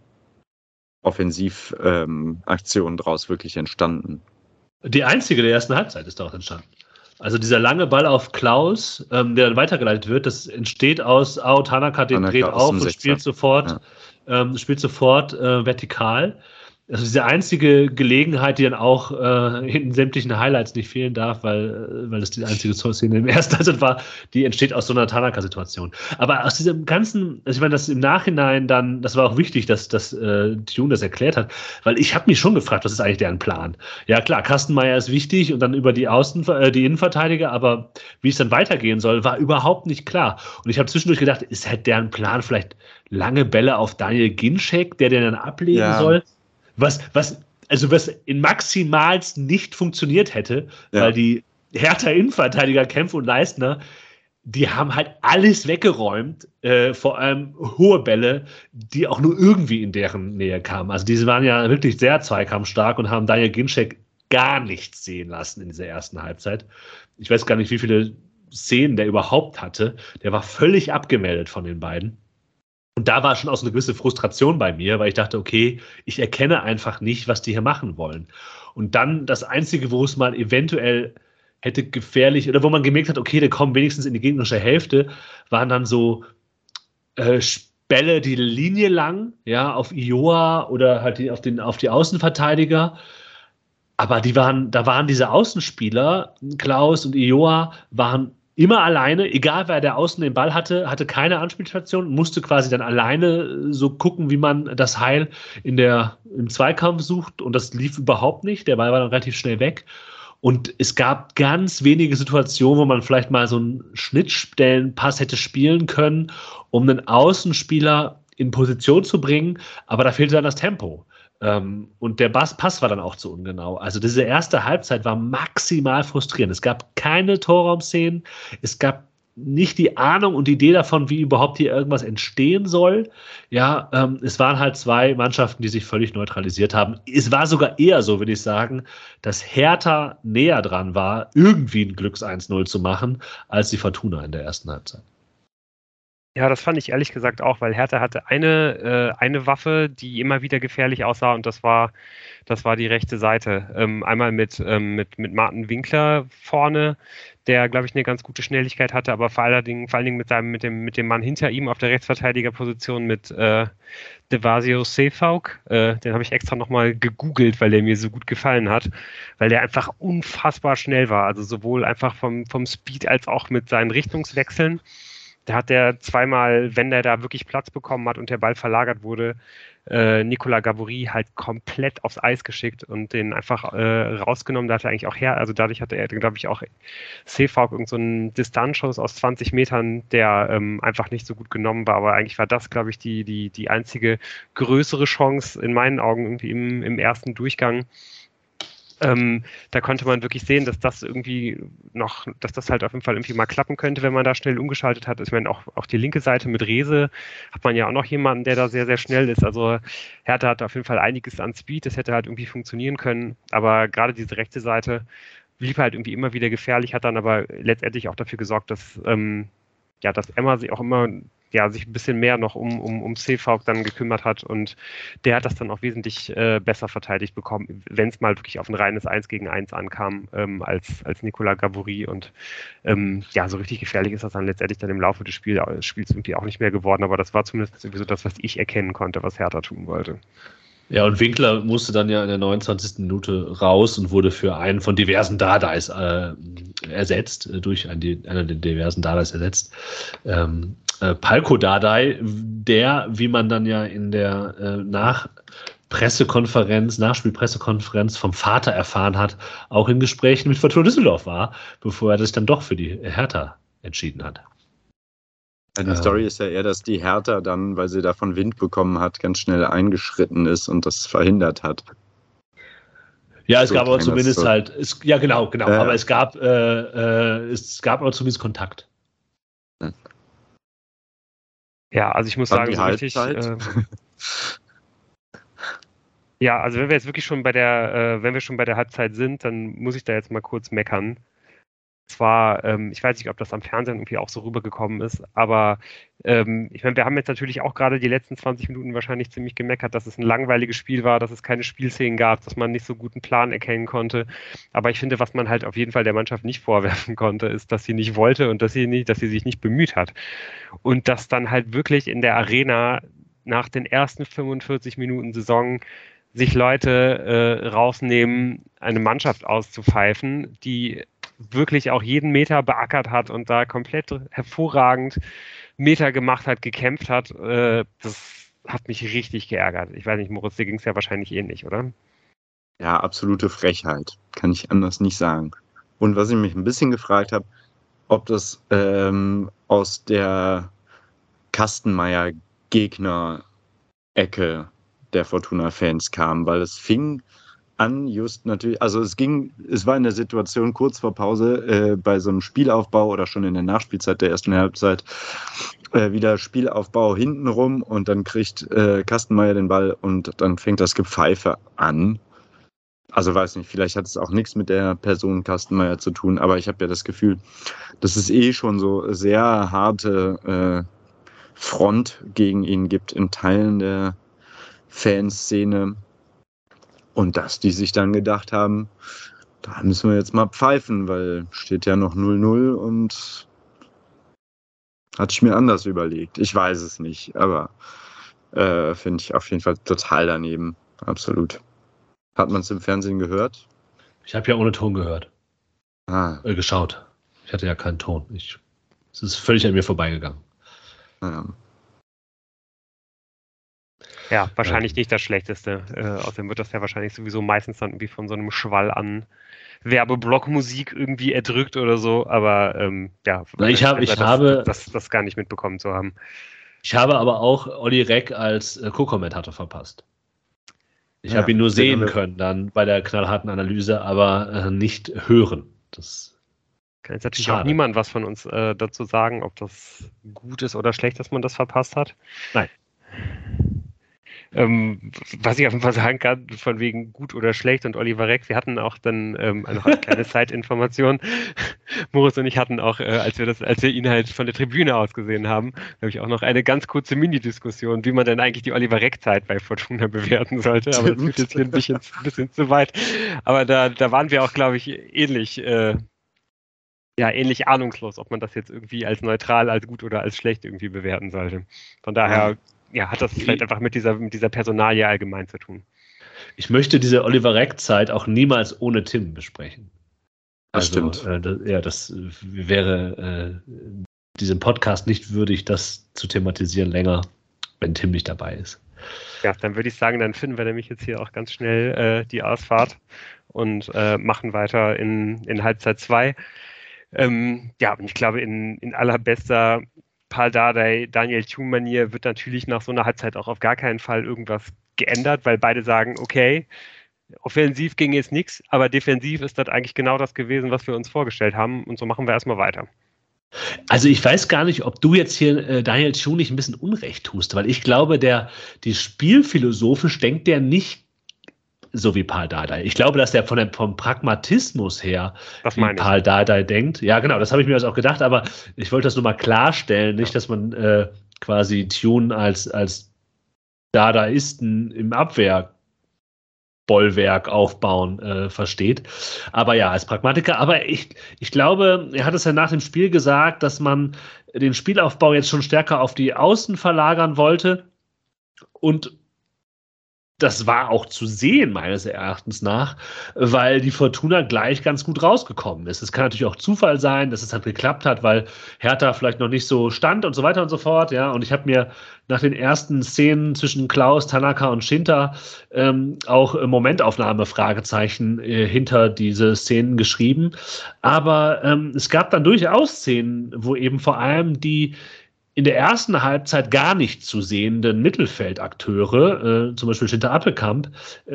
C: Offensivaktionen draus wirklich entstanden.
B: Die einzige der ersten Halbzeit ist daraus entstanden. Also dieser lange Ball auf Klaus, der dann weitergeleitet wird, das entsteht aus Tanaka, den dreht auf und spielt sofort vertikal. Also diese einzige Gelegenheit, die dann auch in sämtlichen Highlights nicht fehlen darf, weil das die einzige Szene im ersten Halbzeit war, die entsteht aus so einer Tanaka-Situation. Aber aus diesem ganzen, also ich meine, das im Nachhinein dann, das war auch wichtig, dass Thune das erklärt hat, weil ich habe mich schon gefragt, was ist eigentlich deren Plan? Ja klar, Kastenmeier ist wichtig und dann über die die Innenverteidiger, aber wie es dann weitergehen soll, war überhaupt nicht klar. Und ich habe zwischendurch gedacht, ist halt deren Plan vielleicht lange Bälle auf Daniel Ginczek, der den dann ablegen soll? Was in maximalst nicht funktioniert hätte, weil die Hertha-Innenverteidiger Kempf und Leistner, die haben halt alles weggeräumt, vor allem hohe Bälle, die auch nur irgendwie in deren Nähe kamen. Also diese waren ja wirklich sehr zweikampfstark und haben Daniel Ginczek gar nichts sehen lassen in dieser ersten Halbzeit. Ich weiß gar nicht, wie viele Szenen der überhaupt hatte. Der war völlig abgemeldet von den beiden. Und da war schon auch so eine gewisse Frustration bei mir, weil ich dachte, okay, ich erkenne einfach nicht, was die hier machen wollen. Und dann das Einzige, wo es mal eventuell hätte gefährlich, oder wo man gemerkt hat, okay, der kommt wenigstens in die gegnerische Hälfte, waren dann so Bälle die Linie lang, ja, auf Ioa oder halt auf die Außenverteidiger. Aber da waren diese Außenspieler, Klaus und Ioa, waren immer alleine, egal wer der außen den Ball hatte keine Anspielstation, musste quasi dann alleine so gucken, wie man das Heil im Zweikampf sucht, und das lief überhaupt nicht. Der Ball war dann relativ schnell weg. Und es gab ganz wenige Situationen, wo man vielleicht mal so einen Schnittstellenpass hätte spielen können, um einen Außenspieler in Position zu bringen, aber da fehlte dann das Tempo. Und der Pass war dann auch zu ungenau. Also diese erste Halbzeit war maximal frustrierend. Es gab keine Torraumszenen, es gab nicht die Ahnung und die Idee davon, wie überhaupt hier irgendwas entstehen soll. Ja, es waren halt zwei Mannschaften, die sich völlig neutralisiert haben. Es war sogar eher so, würde ich sagen, dass Hertha näher dran war, irgendwie ein Glücks 1-0 zu machen, als die Fortuna in der ersten Halbzeit.
A: Ja, das fand ich ehrlich gesagt auch, weil Hertha hatte eine Waffe, die immer wieder gefährlich aussah, und das war die rechte Seite. Einmal mit Martin Winkler vorne, der, glaube ich, eine ganz gute Schnelligkeit hatte, aber vor allen Dingen mit dem Mann hinter ihm auf der Rechtsverteidigerposition mit Devasio Sefauk. Den habe ich extra nochmal gegoogelt, weil der mir so gut gefallen hat, weil der einfach unfassbar schnell war. Also sowohl einfach vom Speed als auch mit seinen Richtungswechseln. Da hat der zweimal, wenn der da wirklich Platz bekommen hat und der Ball verlagert wurde, Nicolas Gavory halt komplett aufs Eis geschickt und den einfach rausgenommen. Da hat er eigentlich auch dadurch hatte er, glaube ich, auch Seefauk irgend so einen Distanzschuss aus 20 Metern, der einfach nicht so gut genommen war. Aber eigentlich war das, glaube ich, die einzige größere Chance in meinen Augen irgendwie im ersten Durchgang. Da konnte man wirklich sehen, dass das halt auf jeden Fall irgendwie mal klappen könnte, wenn man da schnell umgeschaltet hat. Ich meine, auch die linke Seite mit Rehse hat man ja auch noch jemanden, der da sehr, sehr schnell ist. Also Hertha hat auf jeden Fall einiges an Speed, das hätte halt irgendwie funktionieren können. Aber gerade diese rechte Seite blieb halt irgendwie immer wieder gefährlich, hat dann aber letztendlich auch dafür gesorgt, dass Emma sich auch immer sich ein bisschen mehr noch um Seefauk dann gekümmert hat, und der hat das dann auch wesentlich besser verteidigt bekommen, wenn es mal wirklich auf ein reines 1-gegen-1 ankam, als Nicolas Gavory, und so richtig gefährlich ist das dann letztendlich dann im Laufe des Spiels irgendwie auch nicht mehr geworden, aber das war zumindest irgendwie so das, was ich erkennen konnte, was Hertha tun wollte.
B: Ja, und Winkler musste dann ja in der 29. Minute raus und wurde für einen von diversen Dardais ersetzt, durch einer der diversen Dardais ersetzt. Palko Dardai, der, wie man dann ja in der Nachspielpressekonferenz vom Vater erfahren hat, auch in Gesprächen mit Fortuna Düsseldorf war, bevor er sich dann doch für die Hertha entschieden hat.
C: Die Story ist ja eher, dass die Hertha dann, weil sie davon Wind bekommen hat, ganz schnell eingeschritten ist und das verhindert hat.
B: Ja, es gab aber zumindest genau. Aber es gab aber zumindest Kontakt.
A: Ja, also ich muss sagen, so richtig. Ja, also wenn wir jetzt wirklich schon bei der Halbzeit sind, dann muss ich da jetzt mal kurz meckern. Zwar, ich weiß nicht, ob das am Fernsehen irgendwie auch so rübergekommen ist, aber ich meine, wir haben jetzt natürlich auch gerade die letzten 20 Minuten wahrscheinlich ziemlich gemeckert, dass es ein langweiliges Spiel war, dass es keine Spielszenen gab, dass man nicht so guten Plan erkennen konnte. Aber ich finde, was man halt auf jeden Fall der Mannschaft nicht vorwerfen konnte, ist, dass sie nicht wollte und dass sie sich nicht bemüht hat. Und dass dann halt wirklich in der Arena nach den ersten 45 Minuten Saison sich Leute rausnehmen, eine Mannschaft auszupfeifen, die wirklich auch jeden Meter beackert hat und da komplett hervorragend Meter gemacht hat, gekämpft hat. Das hat mich richtig geärgert. Ich weiß nicht, Moritz, dir ging es ja wahrscheinlich ähnlich, oder?
C: Ja, absolute Frechheit. Kann ich anders nicht sagen. Und was ich mich ein bisschen gefragt habe, ob das aus der Kastenmeier-Gegner-Ecke der Fortuna-Fans kam, weil es fing an, just natürlich, also es war in der Situation kurz vor Pause bei so einem Spielaufbau oder schon in der Nachspielzeit der ersten Halbzeit wieder Spielaufbau hintenrum und dann kriegt Kastenmeier den Ball und dann fängt das Gepfeife an. Also weiß nicht, vielleicht hat es auch nichts mit der Person Kastenmeier zu tun, aber ich habe ja das Gefühl, dass es schon so sehr harte Front gegen ihn gibt in Teilen der Fanszene und dass die sich dann gedacht haben, da müssen wir jetzt mal pfeifen, weil steht ja noch 0-0 und hatte ich mir anders überlegt. Ich weiß es nicht, aber finde ich auf jeden Fall total daneben. Absolut. Hat man es im Fernsehen gehört?
B: Ich habe ja ohne Ton gehört.
C: Geschaut.
B: Ich hatte ja keinen Ton. Es ist völlig an mir vorbeigegangen.
A: Ja, wahrscheinlich nicht das Schlechteste. Außerdem wird das ja wahrscheinlich sowieso meistens dann irgendwie von so einem Schwall an Werbeblockmusik irgendwie erdrückt oder so. Aber
B: ich habe
A: das gar nicht mitbekommen zu haben.
B: Ich habe aber auch Olli Reck als Co-Kommentator verpasst. Ich habe ihn nur sehen können dann bei der knallharten Analyse, aber nicht hören. Das
A: kann jetzt natürlich auch niemand was von uns dazu sagen, ob das gut ist oder schlecht, dass man das verpasst hat.
B: Nein.
A: Was ich auf jeden Fall sagen kann, von wegen gut oder schlecht und Oliver Reck, wir hatten auch dann noch eine kleine Zeitinformation. Moritz und ich hatten auch, als wir ihn halt von der Tribüne aus gesehen haben, habe ich auch noch eine ganz kurze Mini-Diskussion, wie man denn eigentlich die Oliver Reck-Zeit bei Fortuna bewerten sollte. Aber das führt jetzt hier ein bisschen zu weit. Aber da waren wir auch, glaube ich, ähnlich ahnungslos, ob man das jetzt irgendwie als neutral, als gut oder als schlecht irgendwie bewerten sollte. Von daher hat das vielleicht einfach mit dieser Personalie allgemein zu tun.
B: Ich möchte diese Oliver Reck-Zeit auch niemals ohne Tim besprechen.
C: Das stimmt.
B: Das wäre diesem Podcast nicht würdig, das zu thematisieren länger, wenn Tim nicht dabei ist.
A: Ja, dann würde ich sagen, dann finden wir nämlich jetzt hier auch ganz schnell die Ausfahrt und machen weiter in Halbzeit 2. Und ich glaube, in allerbester Pal Dardai, Daniel Thune-Manier wird natürlich nach so einer Halbzeit auch auf gar keinen Fall irgendwas geändert, weil beide sagen, okay, offensiv ging jetzt nichts, aber defensiv ist das eigentlich genau das gewesen, was wir uns vorgestellt haben und so machen wir erstmal weiter.
B: Also ich weiß gar nicht, ob du jetzt hier Daniel Thune nicht ein bisschen Unrecht tust, weil ich glaube, die spielphilosophisch denkt der nicht so wie Pal Dardai. Ich glaube, dass der vom Pragmatismus her wie Pal Dardai denkt. Ja, genau, das habe ich mir auch gedacht, aber ich wollte das nur mal klarstellen, nicht, dass man quasi Thune als Dadaisten im Abwehrbollwerk aufbauen versteht. Aber ja, als Pragmatiker. Aber ich glaube, er hat es ja nach dem Spiel gesagt, dass man den Spielaufbau jetzt schon stärker auf die Außen verlagern wollte und das war auch zu sehen, meines Erachtens nach, weil die Fortuna gleich ganz gut rausgekommen ist. Es kann natürlich auch Zufall sein, dass es halt geklappt hat, weil Hertha vielleicht noch nicht so stand und so weiter und so fort. Ja, und ich habe mir nach den ersten Szenen zwischen Klaus, Tanaka und Shinta auch Momentaufnahme-Fragezeichen hinter diese Szenen geschrieben. Aber es gab dann durchaus Szenen, wo eben vor allem die in der ersten Halbzeit gar nicht zu sehenden Mittelfeldakteure, zum Beispiel Shinta Appelkamp,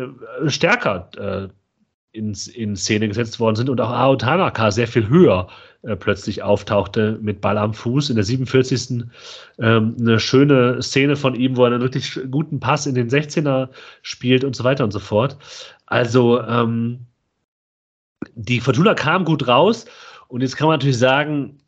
B: stärker in Szene gesetzt worden sind und auch Ao Tanaka sehr viel höher plötzlich auftauchte mit Ball am Fuß. In der 47. Eine schöne Szene von ihm, wo er einen wirklich guten Pass in den 16er spielt und so weiter und so fort. Also die Fortuna kam gut raus und jetzt kann man natürlich sagen,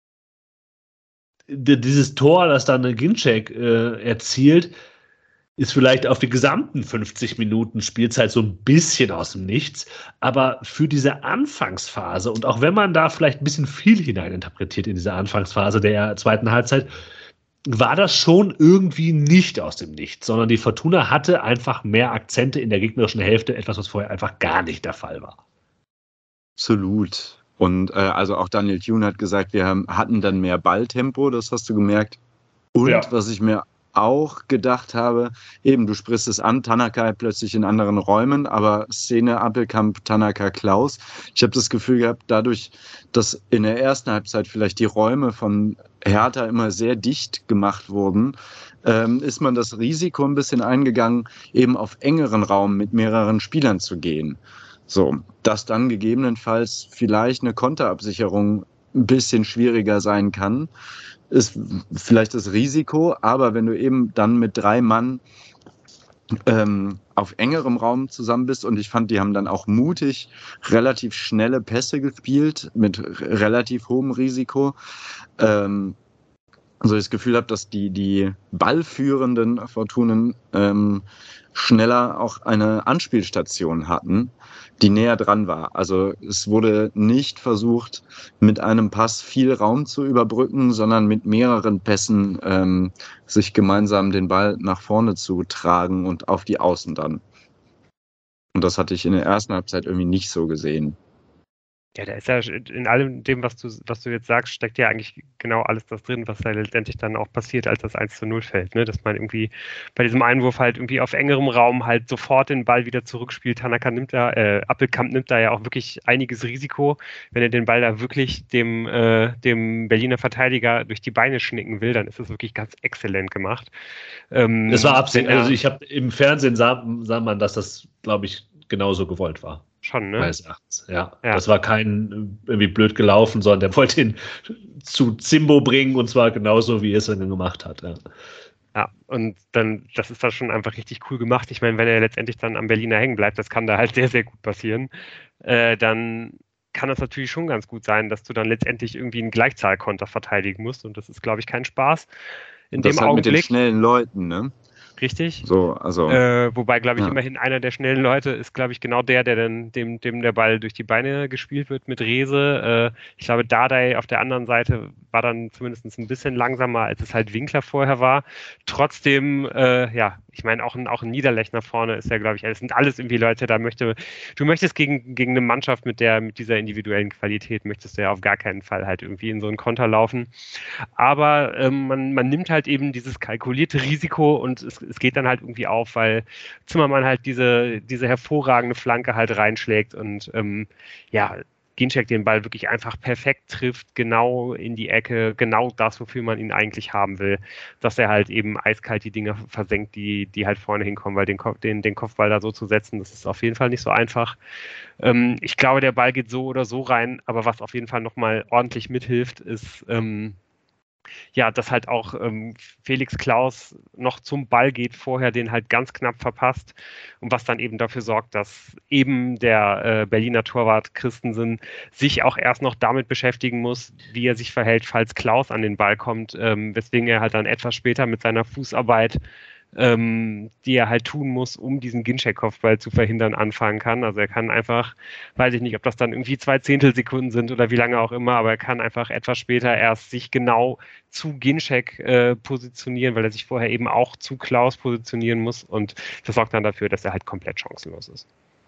B: dieses Tor, das dann Ginczek erzielt, ist vielleicht auf die gesamten 50 Minuten Spielzeit so ein bisschen aus dem Nichts, aber für diese Anfangsphase und auch wenn man da vielleicht ein bisschen viel hineininterpretiert in diese Anfangsphase der zweiten Halbzeit, war das schon irgendwie nicht aus dem Nichts, sondern die Fortuna hatte einfach mehr Akzente in der gegnerischen Hälfte, etwas, was vorher einfach gar nicht der Fall war.
C: Absolut. Und also auch Daniel Thune hat gesagt, wir hatten dann mehr Balltempo, das hast du gemerkt. Und was ich mir auch gedacht habe, eben, du sprichst es an, Tanaka plötzlich in anderen Räumen, aber Szene Appelkamp, Tanaka, Klaus. Ich habe das Gefühl gehabt, dadurch, dass in der ersten Halbzeit vielleicht die Räume von Hertha immer sehr dicht gemacht wurden, ist man das Risiko ein bisschen eingegangen, eben auf engeren Raum mit mehreren Spielern zu gehen. So, dass dann gegebenenfalls vielleicht eine Konterabsicherung ein bisschen schwieriger sein kann, ist vielleicht das Risiko. Aber wenn du eben dann mit 3 Mann auf engerem Raum zusammen bist. Und ich fand, die haben dann auch mutig relativ schnelle Pässe gespielt mit relativ hohem Risiko. Also ich das Gefühl habe, dass die ballführenden Fortunen schneller auch eine Anspielstation hatten, die näher dran war. Also es wurde nicht versucht, mit einem Pass viel Raum zu überbrücken, sondern mit mehreren Pässen sich gemeinsam den Ball nach vorne zu tragen und auf die Außen dann. Und das hatte ich in der ersten Halbzeit irgendwie nicht so gesehen.
A: Ja, da ist ja in allem dem, was du jetzt sagst, steckt ja eigentlich genau alles das drin, was da letztendlich dann auch passiert, als das 1:0 fällt, ne? Dass man irgendwie bei diesem Einwurf halt irgendwie auf engerem Raum halt sofort den Ball wieder zurückspielt. Appelkamp nimmt da ja auch wirklich einiges Risiko, wenn er den Ball da wirklich dem Berliner Verteidiger durch die Beine schnicken will, dann ist es wirklich ganz exzellent gemacht.
B: Es war Absicht, also ich habe im Fernsehen sah man, dass das, glaube ich, genauso gewollt war.
A: Schon, ne?
B: Meines Erachtens, ja. Das war kein irgendwie blöd gelaufen, sondern der wollte ihn zu Zimbo bringen und zwar genauso, wie er es dann gemacht hat.
A: Ja, und dann, das ist da schon einfach richtig cool gemacht. Ich meine, wenn er letztendlich dann am Berliner hängen bleibt, das kann da halt sehr, sehr gut passieren, dann kann das natürlich schon ganz gut sein, dass du dann letztendlich irgendwie einen Gleichzahlkonter verteidigen musst und das ist, glaube ich, kein Spaß. In
C: das
A: dem
C: halt
A: Augenblick.
C: Mit den schnellen Leuten, ne?
A: Richtig.
C: So, also.
A: Wobei, glaube ich, immerhin einer der schnellen Leute ist, glaube ich, genau der dann dem der Ball durch die Beine gespielt wird mit Rehse. Ich glaube, Dardai auf der anderen Seite war dann zumindest ein bisschen langsamer, als es halt Winkler vorher war. Trotzdem, ich meine, auch ein Niederlechner vorne ist ja, glaube ich, es sind alles irgendwie Leute, du möchtest gegen eine Mannschaft mit dieser individuellen Qualität, möchtest du ja auf gar keinen Fall halt irgendwie in so einen Konter laufen. Aber man nimmt halt eben dieses kalkulierte Risiko und es geht dann halt irgendwie auf, weil Zimmermann halt diese hervorragende Flanke halt reinschlägt und Ginczek den Ball wirklich einfach perfekt trifft, genau in die Ecke, genau das, wofür man ihn eigentlich haben will, dass er halt eben eiskalt die Dinge versenkt, die halt vorne hinkommen, weil den Kopfball da so zu setzen, das ist auf jeden Fall nicht so einfach. Ich glaube, der Ball geht so oder so rein, aber was auf jeden Fall nochmal ordentlich mithilft, ist dass halt auch Felix Klaus noch zum Ball geht, vorher den halt ganz knapp verpasst und was dann eben dafür sorgt, dass eben der Berliner Torwart Christensen sich auch erst noch damit beschäftigen muss, wie er sich verhält, falls Klaus an den Ball kommt, weswegen er halt dann etwas später mit seiner Fußarbeit, die er halt tun muss, um diesen Ginczek-Kopfball zu verhindern, anfangen kann. Also er kann einfach, weiß ich nicht, ob das dann irgendwie 2 Zehntelsekunden sind oder wie lange auch immer, aber er kann einfach etwas später erst sich genau zu Ginczek positionieren, weil er sich vorher eben auch zu Klaus positionieren muss und das sorgt dann dafür, dass er halt komplett chancenlos ist.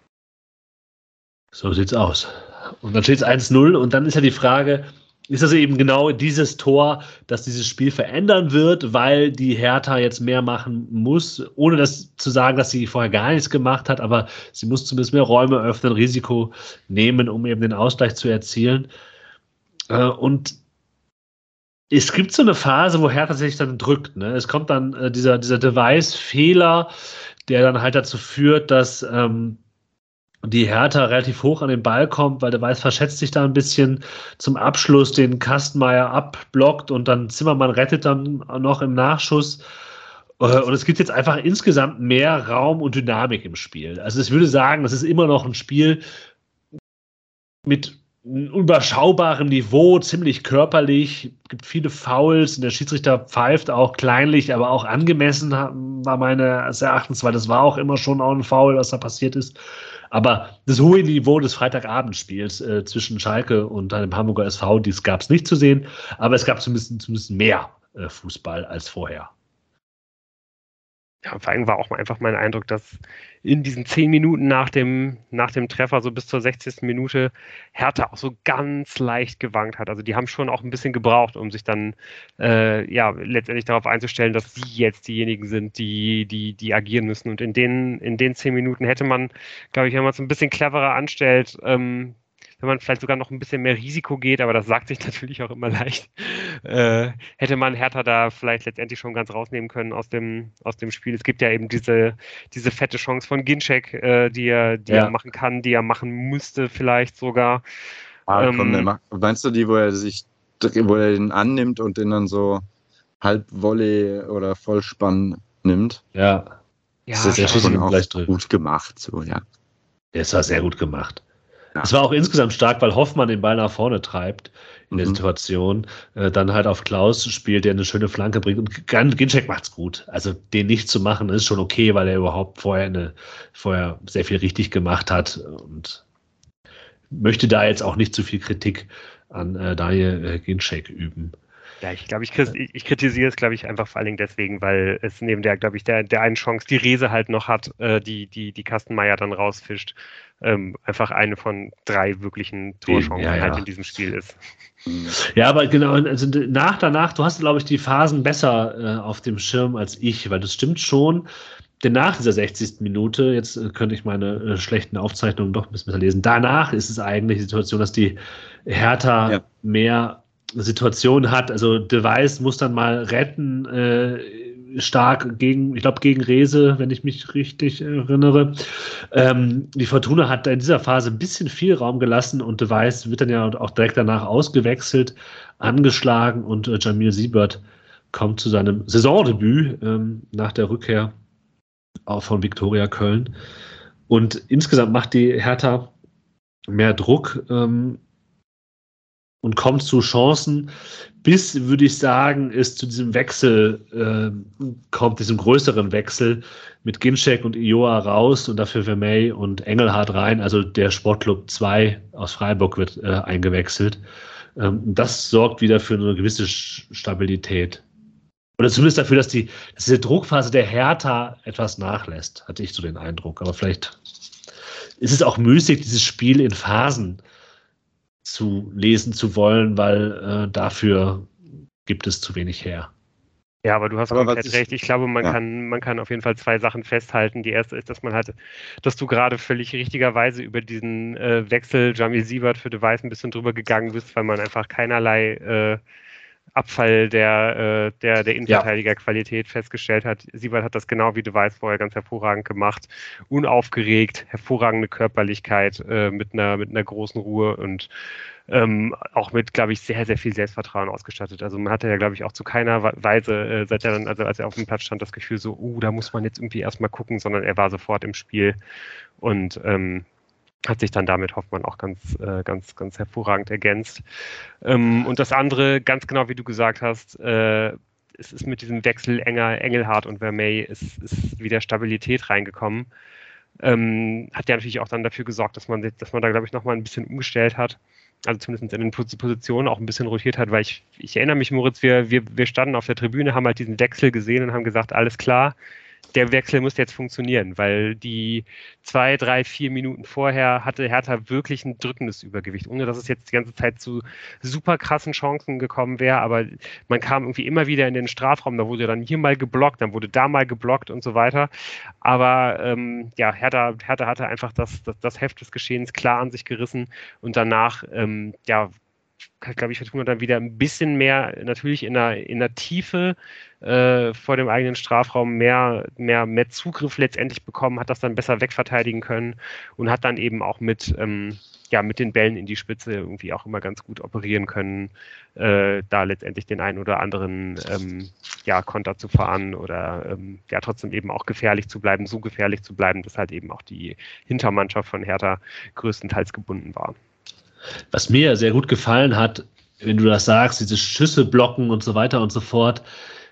B: So sieht's aus. Und dann steht es 1:0 und dann ist ja die Frage, ist das eben genau dieses Tor, das dieses Spiel verändern wird, weil die Hertha jetzt mehr machen muss, ohne das zu sagen, dass sie vorher gar nichts gemacht hat, aber sie muss zumindest mehr Räume öffnen, Risiko nehmen, um eben den Ausgleich zu erzielen. Und es gibt so eine Phase, wo Hertha sich dann drückt. Ne? Es kommt dann dieser Device-Fehler, der dann halt dazu führt, dass die Hertha relativ hoch an den Ball kommt, weil der Weiß verschätzt sich da ein bisschen zum Abschluss, den Kastenmeier abblockt und dann Zimmermann rettet dann noch im Nachschuss. Und es gibt jetzt einfach insgesamt mehr Raum und Dynamik im Spiel. Also ich würde sagen, das ist immer noch ein Spiel mit überschaubarem Niveau, ziemlich körperlich, gibt viele Fouls und der Schiedsrichter pfeift auch kleinlich, aber auch angemessen, war meines Erachtens, weil das war auch immer schon auch ein Foul, was da passiert ist. Aber das hohe Niveau des Freitagabendspiels zwischen Schalke und dem Hamburger SV, dies gab es nicht zu sehen, aber es gab zumindest mehr Fußball als vorher.
A: Ja, vor allem war auch einfach mein Eindruck, dass in diesen 10 Minuten nach dem Treffer, so bis zur 60. Minute, Hertha auch so ganz leicht gewankt hat. Also die haben schon auch ein bisschen gebraucht, um sich dann letztendlich darauf einzustellen, dass sie jetzt diejenigen sind, die agieren müssen. Und in den 10 Minuten hätte man, glaube ich, wenn man es ein bisschen cleverer anstellt, wenn man vielleicht sogar noch ein bisschen mehr Risiko geht, aber das sagt sich natürlich auch immer leicht, hätte man Hertha da vielleicht letztendlich schon ganz rausnehmen können aus dem Spiel. Es gibt ja eben diese fette Chance von Ginczek, die er machen kann, die er machen müsste vielleicht sogar.
C: Meinst du die, wo er den annimmt und den dann so halb Volley oder Vollspann nimmt?
B: Ja.
C: das ist ja schon auch gut gemacht. So, ja.
B: Es war sehr gut gemacht. Es war auch insgesamt stark, weil Hoffmann den Ball nach vorne treibt in der Situation, dann halt auf Klaus spielt, der eine schöne Flanke bringt und Ginczek macht's gut. Also den nicht zu machen ist schon okay, weil er überhaupt vorher sehr viel richtig gemacht hat und möchte da jetzt auch nicht zu viel Kritik an Daniel Ginczek üben.
A: Ja, ich glaube, ich kritisiere es, glaube ich, einfach vor allen Dingen deswegen, weil es neben der, glaube ich, der einen Chance, die Rese halt noch hat, die Kastenmeier dann rausfischt, einfach eine von 3 wirklichen Torchancen halt in diesem Spiel ist.
B: Ja, aber genau, also danach, du hast, glaube ich, die Phasen besser auf dem Schirm als ich, weil das stimmt schon. Denn nach dieser 60. Minute, jetzt könnte ich meine schlechten Aufzeichnungen doch ein bisschen besser lesen, danach ist es eigentlich die Situation, dass die Hertha mehr Situation hat, also De Wijs muss dann mal retten, stark gegen Rese, wenn ich mich richtig erinnere. Die Fortuna hat in dieser Phase ein bisschen viel Raum gelassen und De Wijs wird dann ja auch direkt danach ausgewechselt, angeschlagen und Jamil Siebert kommt zu seinem Saisondebüt nach der Rückkehr auch von Viktoria Köln. Und insgesamt macht die Hertha mehr Druck und kommt zu Chancen, bis, würde ich sagen, es zu diesem Wechsel kommt, diesem größeren Wechsel mit Ginczek und Ioa raus und dafür Vermey und Engelhardt rein. Also der Sportclub 2 aus Freiburg wird eingewechselt. Das sorgt wieder für eine gewisse Stabilität. Oder zumindest dafür, dass diese Druckphase der Hertha etwas nachlässt, hatte ich so den Eindruck. Aber vielleicht ist es auch müßig, dieses Spiel in Phasen zu lesen zu wollen, weil dafür gibt es zu wenig her.
A: Ja, aber du hast komplett recht. Ich glaube, man kann auf jeden Fall 2 Sachen festhalten. Die erste ist, dass du gerade völlig richtigerweise über diesen Wechsel Jamil Siebert für De Wijs ein bisschen drüber gegangen bist, weil man einfach keinerlei Abfall der Innenverteidigerqualität festgestellt hat. Siebert hat das genau wie De Wijs vorher ganz hervorragend gemacht. Unaufgeregt, hervorragende Körperlichkeit, mit einer großen Ruhe und auch mit, glaube ich, sehr, sehr viel Selbstvertrauen ausgestattet. Also man hatte ja, glaube ich, auch zu keiner Weise, als er auf dem Platz stand, das Gefühl so, da muss man jetzt irgendwie erstmal gucken, sondern er war sofort im Spiel und hat sich dann damit Hoffmann auch ganz hervorragend ergänzt. Und das andere, ganz genau wie du gesagt hast, es ist mit diesem Wechsel Engelhardt und Vermey ist wieder Stabilität reingekommen. Hat ja natürlich auch dann dafür gesorgt, dass man da, glaube ich, nochmal ein bisschen umgestellt hat. Also zumindest in den Positionen auch ein bisschen rotiert hat, weil ich erinnere mich, Moritz, wir standen auf der Tribüne, haben halt diesen Wechsel gesehen und haben gesagt, alles klar, der Wechsel muss jetzt funktionieren, weil die 2, 3, 4 Minuten vorher hatte Hertha wirklich ein drückendes Übergewicht, ohne dass es jetzt die ganze Zeit zu super krassen Chancen gekommen wäre, aber man kam irgendwie immer wieder in den Strafraum, da wurde dann hier mal geblockt, dann wurde da mal geblockt und so weiter, aber Hertha hatte einfach das Heft des Geschehens klar an sich gerissen und danach, hat, glaube ich, Fortuna dann wieder ein bisschen mehr, natürlich in der Tiefe vor dem eigenen Strafraum mehr Zugriff letztendlich bekommen, hat das dann besser wegverteidigen können und hat dann eben auch mit den Bällen in die Spitze irgendwie auch immer ganz gut operieren können, da letztendlich den einen oder anderen Konter zu fahren oder trotzdem eben auch gefährlich zu bleiben, so gefährlich zu bleiben, dass halt eben auch die Hintermannschaft von Hertha größtenteils gebunden war.
B: Was mir sehr gut gefallen hat, wenn du das sagst, diese Schüsse blocken und so weiter und so fort,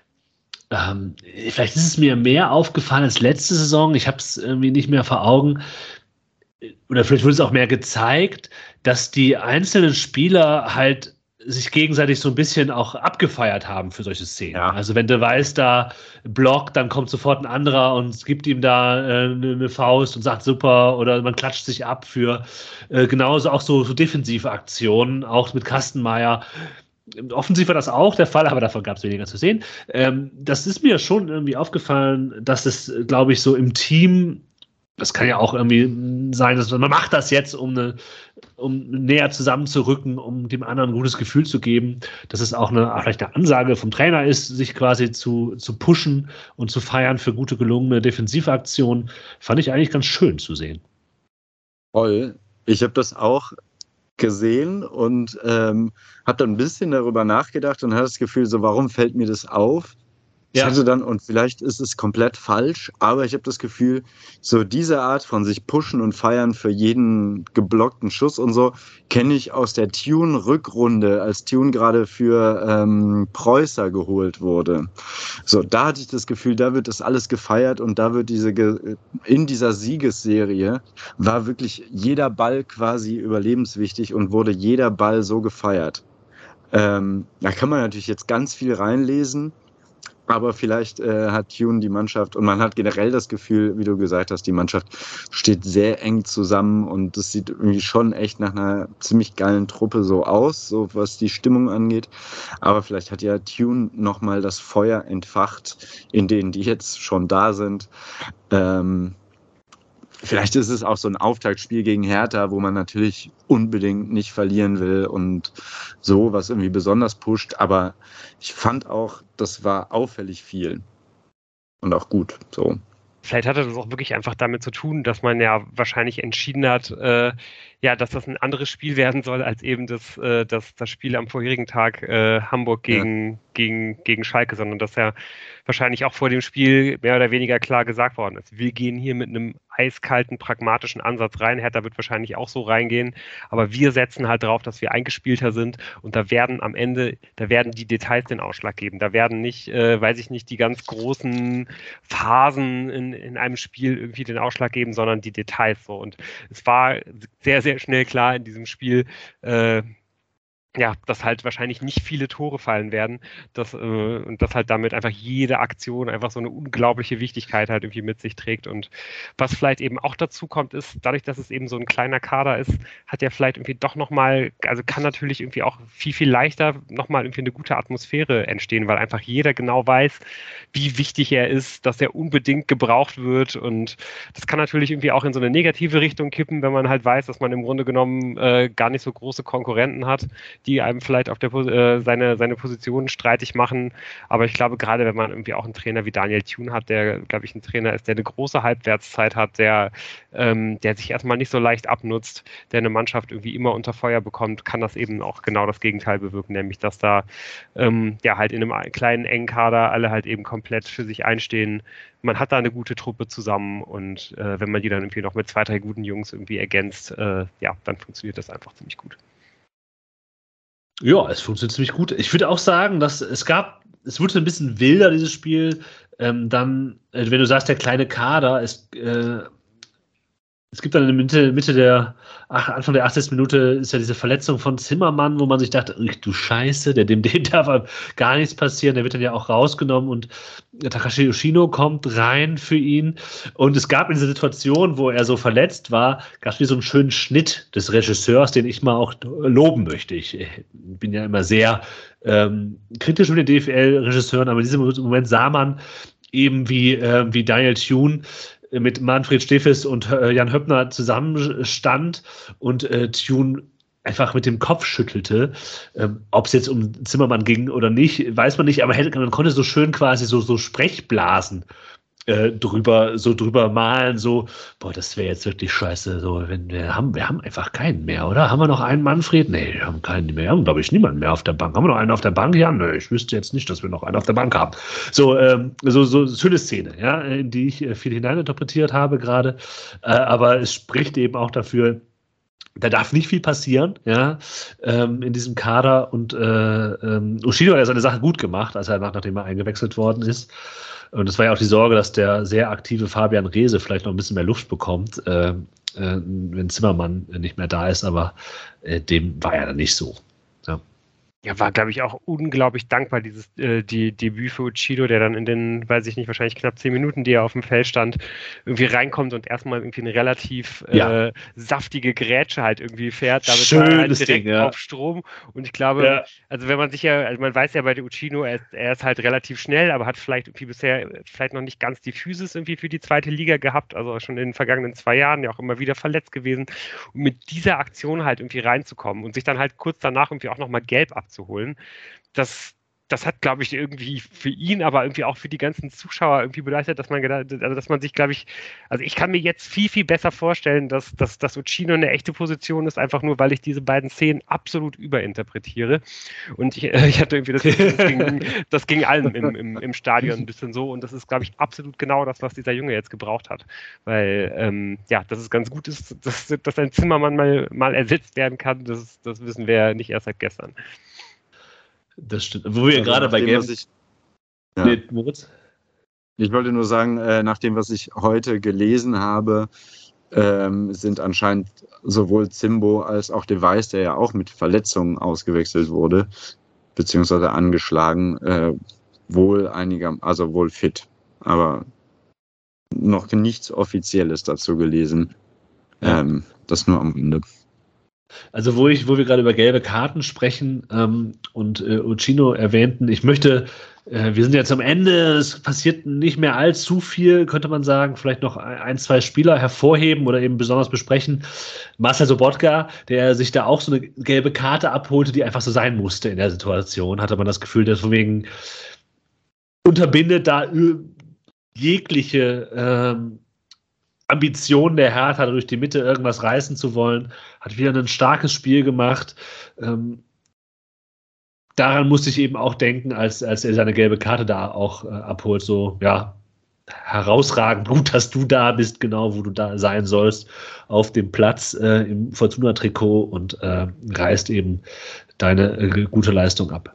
B: vielleicht ist es mir mehr aufgefallen als letzte Saison, ich habe es irgendwie nicht mehr vor Augen, oder vielleicht wurde es auch mehr gezeigt, dass die einzelnen Spieler halt sich gegenseitig so ein bisschen auch abgefeiert haben für solche Szenen. Ja. Also wenn De Wijs da blockt, dann kommt sofort ein anderer und gibt ihm da eine Faust und sagt super, oder man klatscht sich ab für genauso auch so defensive Aktionen, auch mit Kastenmeier. Offensiv war das auch der Fall, aber davon gab es weniger zu sehen. Das ist mir schon irgendwie aufgefallen, dass es, glaube ich, so im Team, das kann ja auch irgendwie sein, dass man macht das jetzt, um näher zusammenzurücken, um dem anderen ein gutes Gefühl zu geben, dass es auch vielleicht eine Ansage vom Trainer ist, sich quasi zu pushen und zu feiern für gute, gelungene Defensivaktionen. Fand ich eigentlich ganz schön zu sehen.
C: Toll. Ich habe das auch gesehen und habe dann ein bisschen darüber nachgedacht und hatte das Gefühl, so, warum fällt mir das auf? Ich hatte dann, und vielleicht ist es komplett falsch, aber ich habe das Gefühl, so diese Art von sich pushen und feiern für jeden geblockten Schuss und so, kenne ich aus der Tune-Rückrunde, als Tune gerade für Preußer geholt wurde. So, da hatte ich das Gefühl, da wird das alles gefeiert und da wird in dieser Siegesserie war wirklich jeder Ball quasi überlebenswichtig und wurde jeder Ball so gefeiert. Da kann man natürlich jetzt ganz viel reinlesen. Aber vielleicht hat Tune die Mannschaft und man hat generell das Gefühl, wie du gesagt hast, die Mannschaft steht sehr eng zusammen und das sieht irgendwie schon echt nach einer ziemlich geilen Truppe so aus, so was die Stimmung angeht. Aber vielleicht hat ja Tune nochmal das Feuer entfacht, in denen die jetzt schon da sind. Vielleicht ist es auch so ein Auftaktspiel gegen Hertha, wo man natürlich unbedingt nicht verlieren will und so, was irgendwie besonders pusht. Aber ich fand auch, das war auffällig viel und auch gut. So.
A: Vielleicht hatte das auch wirklich einfach damit zu tun, dass man ja wahrscheinlich entschieden hat, dass das ein anderes Spiel werden soll, als eben das Spiel am vorherigen Tag Hamburg gegen Schalke, sondern dass ja wahrscheinlich auch vor dem Spiel mehr oder weniger klar gesagt worden ist. Wir gehen hier mit einem eiskalten, pragmatischen Ansatz rein. Hertha wird wahrscheinlich auch so reingehen, aber wir setzen halt darauf, dass wir eingespielter sind und da werden die Details den Ausschlag geben. Da werden nicht, die ganz großen Phasen in einem Spiel irgendwie den Ausschlag geben, sondern die Details so. Und es war sehr, sehr schnell klar in diesem Spiel, dass halt wahrscheinlich nicht viele Tore fallen werden, und dass halt damit einfach jede Aktion einfach so eine unglaubliche Wichtigkeit halt irgendwie mit sich trägt. Und was vielleicht eben auch dazu kommt, ist, dadurch, dass es eben so ein kleiner Kader ist, hat ja vielleicht irgendwie doch nochmal, also kann natürlich irgendwie auch viel, viel leichter nochmal irgendwie eine gute Atmosphäre entstehen, weil einfach jeder genau weiß, wie wichtig er ist, dass er unbedingt gebraucht wird. Und das kann natürlich irgendwie auch in so eine negative Richtung kippen, wenn man halt weiß, dass man im Grunde genommen gar nicht so große Konkurrenten hat, die einem vielleicht auf seine Position streitig machen. Aber ich glaube, gerade wenn man irgendwie auch einen Trainer wie Daniel Thune hat, der, glaube ich, ein Trainer ist, der eine große Halbwertszeit hat, der sich erstmal nicht so leicht abnutzt, der eine Mannschaft irgendwie immer unter Feuer bekommt, kann das eben auch genau das Gegenteil bewirken, nämlich dass da halt in einem kleinen, engen Kader alle halt eben komplett für sich einstehen. Man hat da eine gute Truppe zusammen und wenn man die dann irgendwie noch mit 2, 3 guten Jungs irgendwie ergänzt, dann funktioniert das einfach ziemlich gut.
B: Ja, es funktioniert ziemlich gut. Ich würde auch sagen, dass es wurde ein bisschen wilder, dieses Spiel. Wenn du sagst, der kleine Kader, es gibt dann in der Anfang der 80. Minute ist ja diese Verletzung von Zimmermann, wo man sich dachte, du Scheiße, dem darf gar nichts passieren, der wird dann ja auch rausgenommen und Takashi Yoshino kommt rein für ihn und es gab in dieser Situation, wo er so verletzt war, gab es wie so einen schönen Schnitt des Regisseurs, den ich mal auch loben möchte. Ich bin ja immer sehr kritisch mit den DFL-Regisseuren, aber in diesem Moment sah man eben wie Daniel Thune mit Manfred Steffes und Jan Höppner zusammenstand und Thune einfach mit dem Kopf schüttelte. Ob es jetzt um Zimmermann ging oder nicht, weiß man nicht, aber man konnte so schön quasi so Sprechblasen drüber malen, so, das wäre jetzt wirklich scheiße, so, wir haben einfach keinen mehr, oder? Haben wir noch einen Manfred? Nee, wir haben keinen mehr, wir haben, glaube ich, niemanden mehr auf der Bank. Haben wir noch einen auf der Bank? Ja, nee, ich wüsste jetzt nicht, dass wir noch einen auf der Bank haben. So schöne Szene, ja, in die ich viel hineininterpretiert habe gerade, aber es spricht eben auch dafür, da darf nicht viel passieren, ja, in diesem Kader und Yoshino hat ja seine Sache gut gemacht, nachdem er eingewechselt worden ist. Und es war ja auch die Sorge, dass der sehr aktive Fabian Reese vielleicht noch ein bisschen mehr Luft bekommt, wenn Zimmermann nicht mehr da ist, aber dem war ja dann nicht so. Ja.
A: Ja, war, glaube ich, auch unglaublich dankbar, die Debüt für Uchida, der dann in den, weiß ich nicht, wahrscheinlich knapp 10 Minuten, die er auf dem Feld stand, irgendwie reinkommt und erstmal irgendwie eine relativ saftige Grätsche halt irgendwie fährt. Damit war er halt direkt auf Strom. Und ich glaube, also wenn man man weiß ja bei der Uchino, er ist halt relativ schnell, aber hat vielleicht irgendwie bisher noch nicht ganz die Physis irgendwie für die zweite Liga gehabt, also schon in den vergangenen 2 Jahren ja auch immer wieder verletzt gewesen. Und mit dieser Aktion halt irgendwie reinzukommen und sich dann halt kurz danach irgendwie auch nochmal gelb abzuholen, das das hat, glaube ich, irgendwie für ihn, aber irgendwie auch für die ganzen Zuschauer irgendwie bedeutet, dass man sich, glaube ich, also ich kann mir jetzt viel, viel besser vorstellen, dass Uccino eine echte Position ist, einfach nur, weil ich diese beiden Szenen absolut überinterpretiere. Und ich hatte irgendwie das Gefühl, das ging allen im Stadion ein bisschen so. Und das ist, glaube ich, absolut genau das, was dieser Junge jetzt gebraucht hat. Weil, dass es ganz gut ist, dass ein Zimmermann mal ersetzt werden kann, das wissen wir nicht erst seit gestern.
B: Das stimmt. Wo wir gerade bei Gelb...
C: Nee, Moritz? Ich wollte nur sagen, nach dem, was ich heute gelesen habe, sind anscheinend sowohl Zimbo als auch De Wijs, der ja auch mit Verletzungen ausgewechselt wurde, beziehungsweise angeschlagen, wohl fit. Aber noch nichts Offizielles dazu gelesen. Das nur am Ende.
B: Also wo wir gerade über gelbe Karten sprechen und Uccino erwähnten, wir sind jetzt am Ende, es passiert nicht mehr allzu viel, könnte man sagen, vielleicht noch ein, zwei Spieler hervorheben oder eben besonders besprechen. Marcel Sobotka, der sich da auch so eine gelbe Karte abholte, die einfach so sein musste in der Situation, hatte man das Gefühl, dass von wegen unterbindet da jegliche Ambition der Hertha, durch die Mitte irgendwas reißen zu wollen, hat wieder ein starkes Spiel gemacht. Daran musste ich eben auch denken, als er seine gelbe Karte da auch abholt. So, ja, herausragend, gut, dass du da bist, genau wo du da sein sollst, auf dem Platz im Fortuna-Trikot und reißt eben deine gute Leistung ab.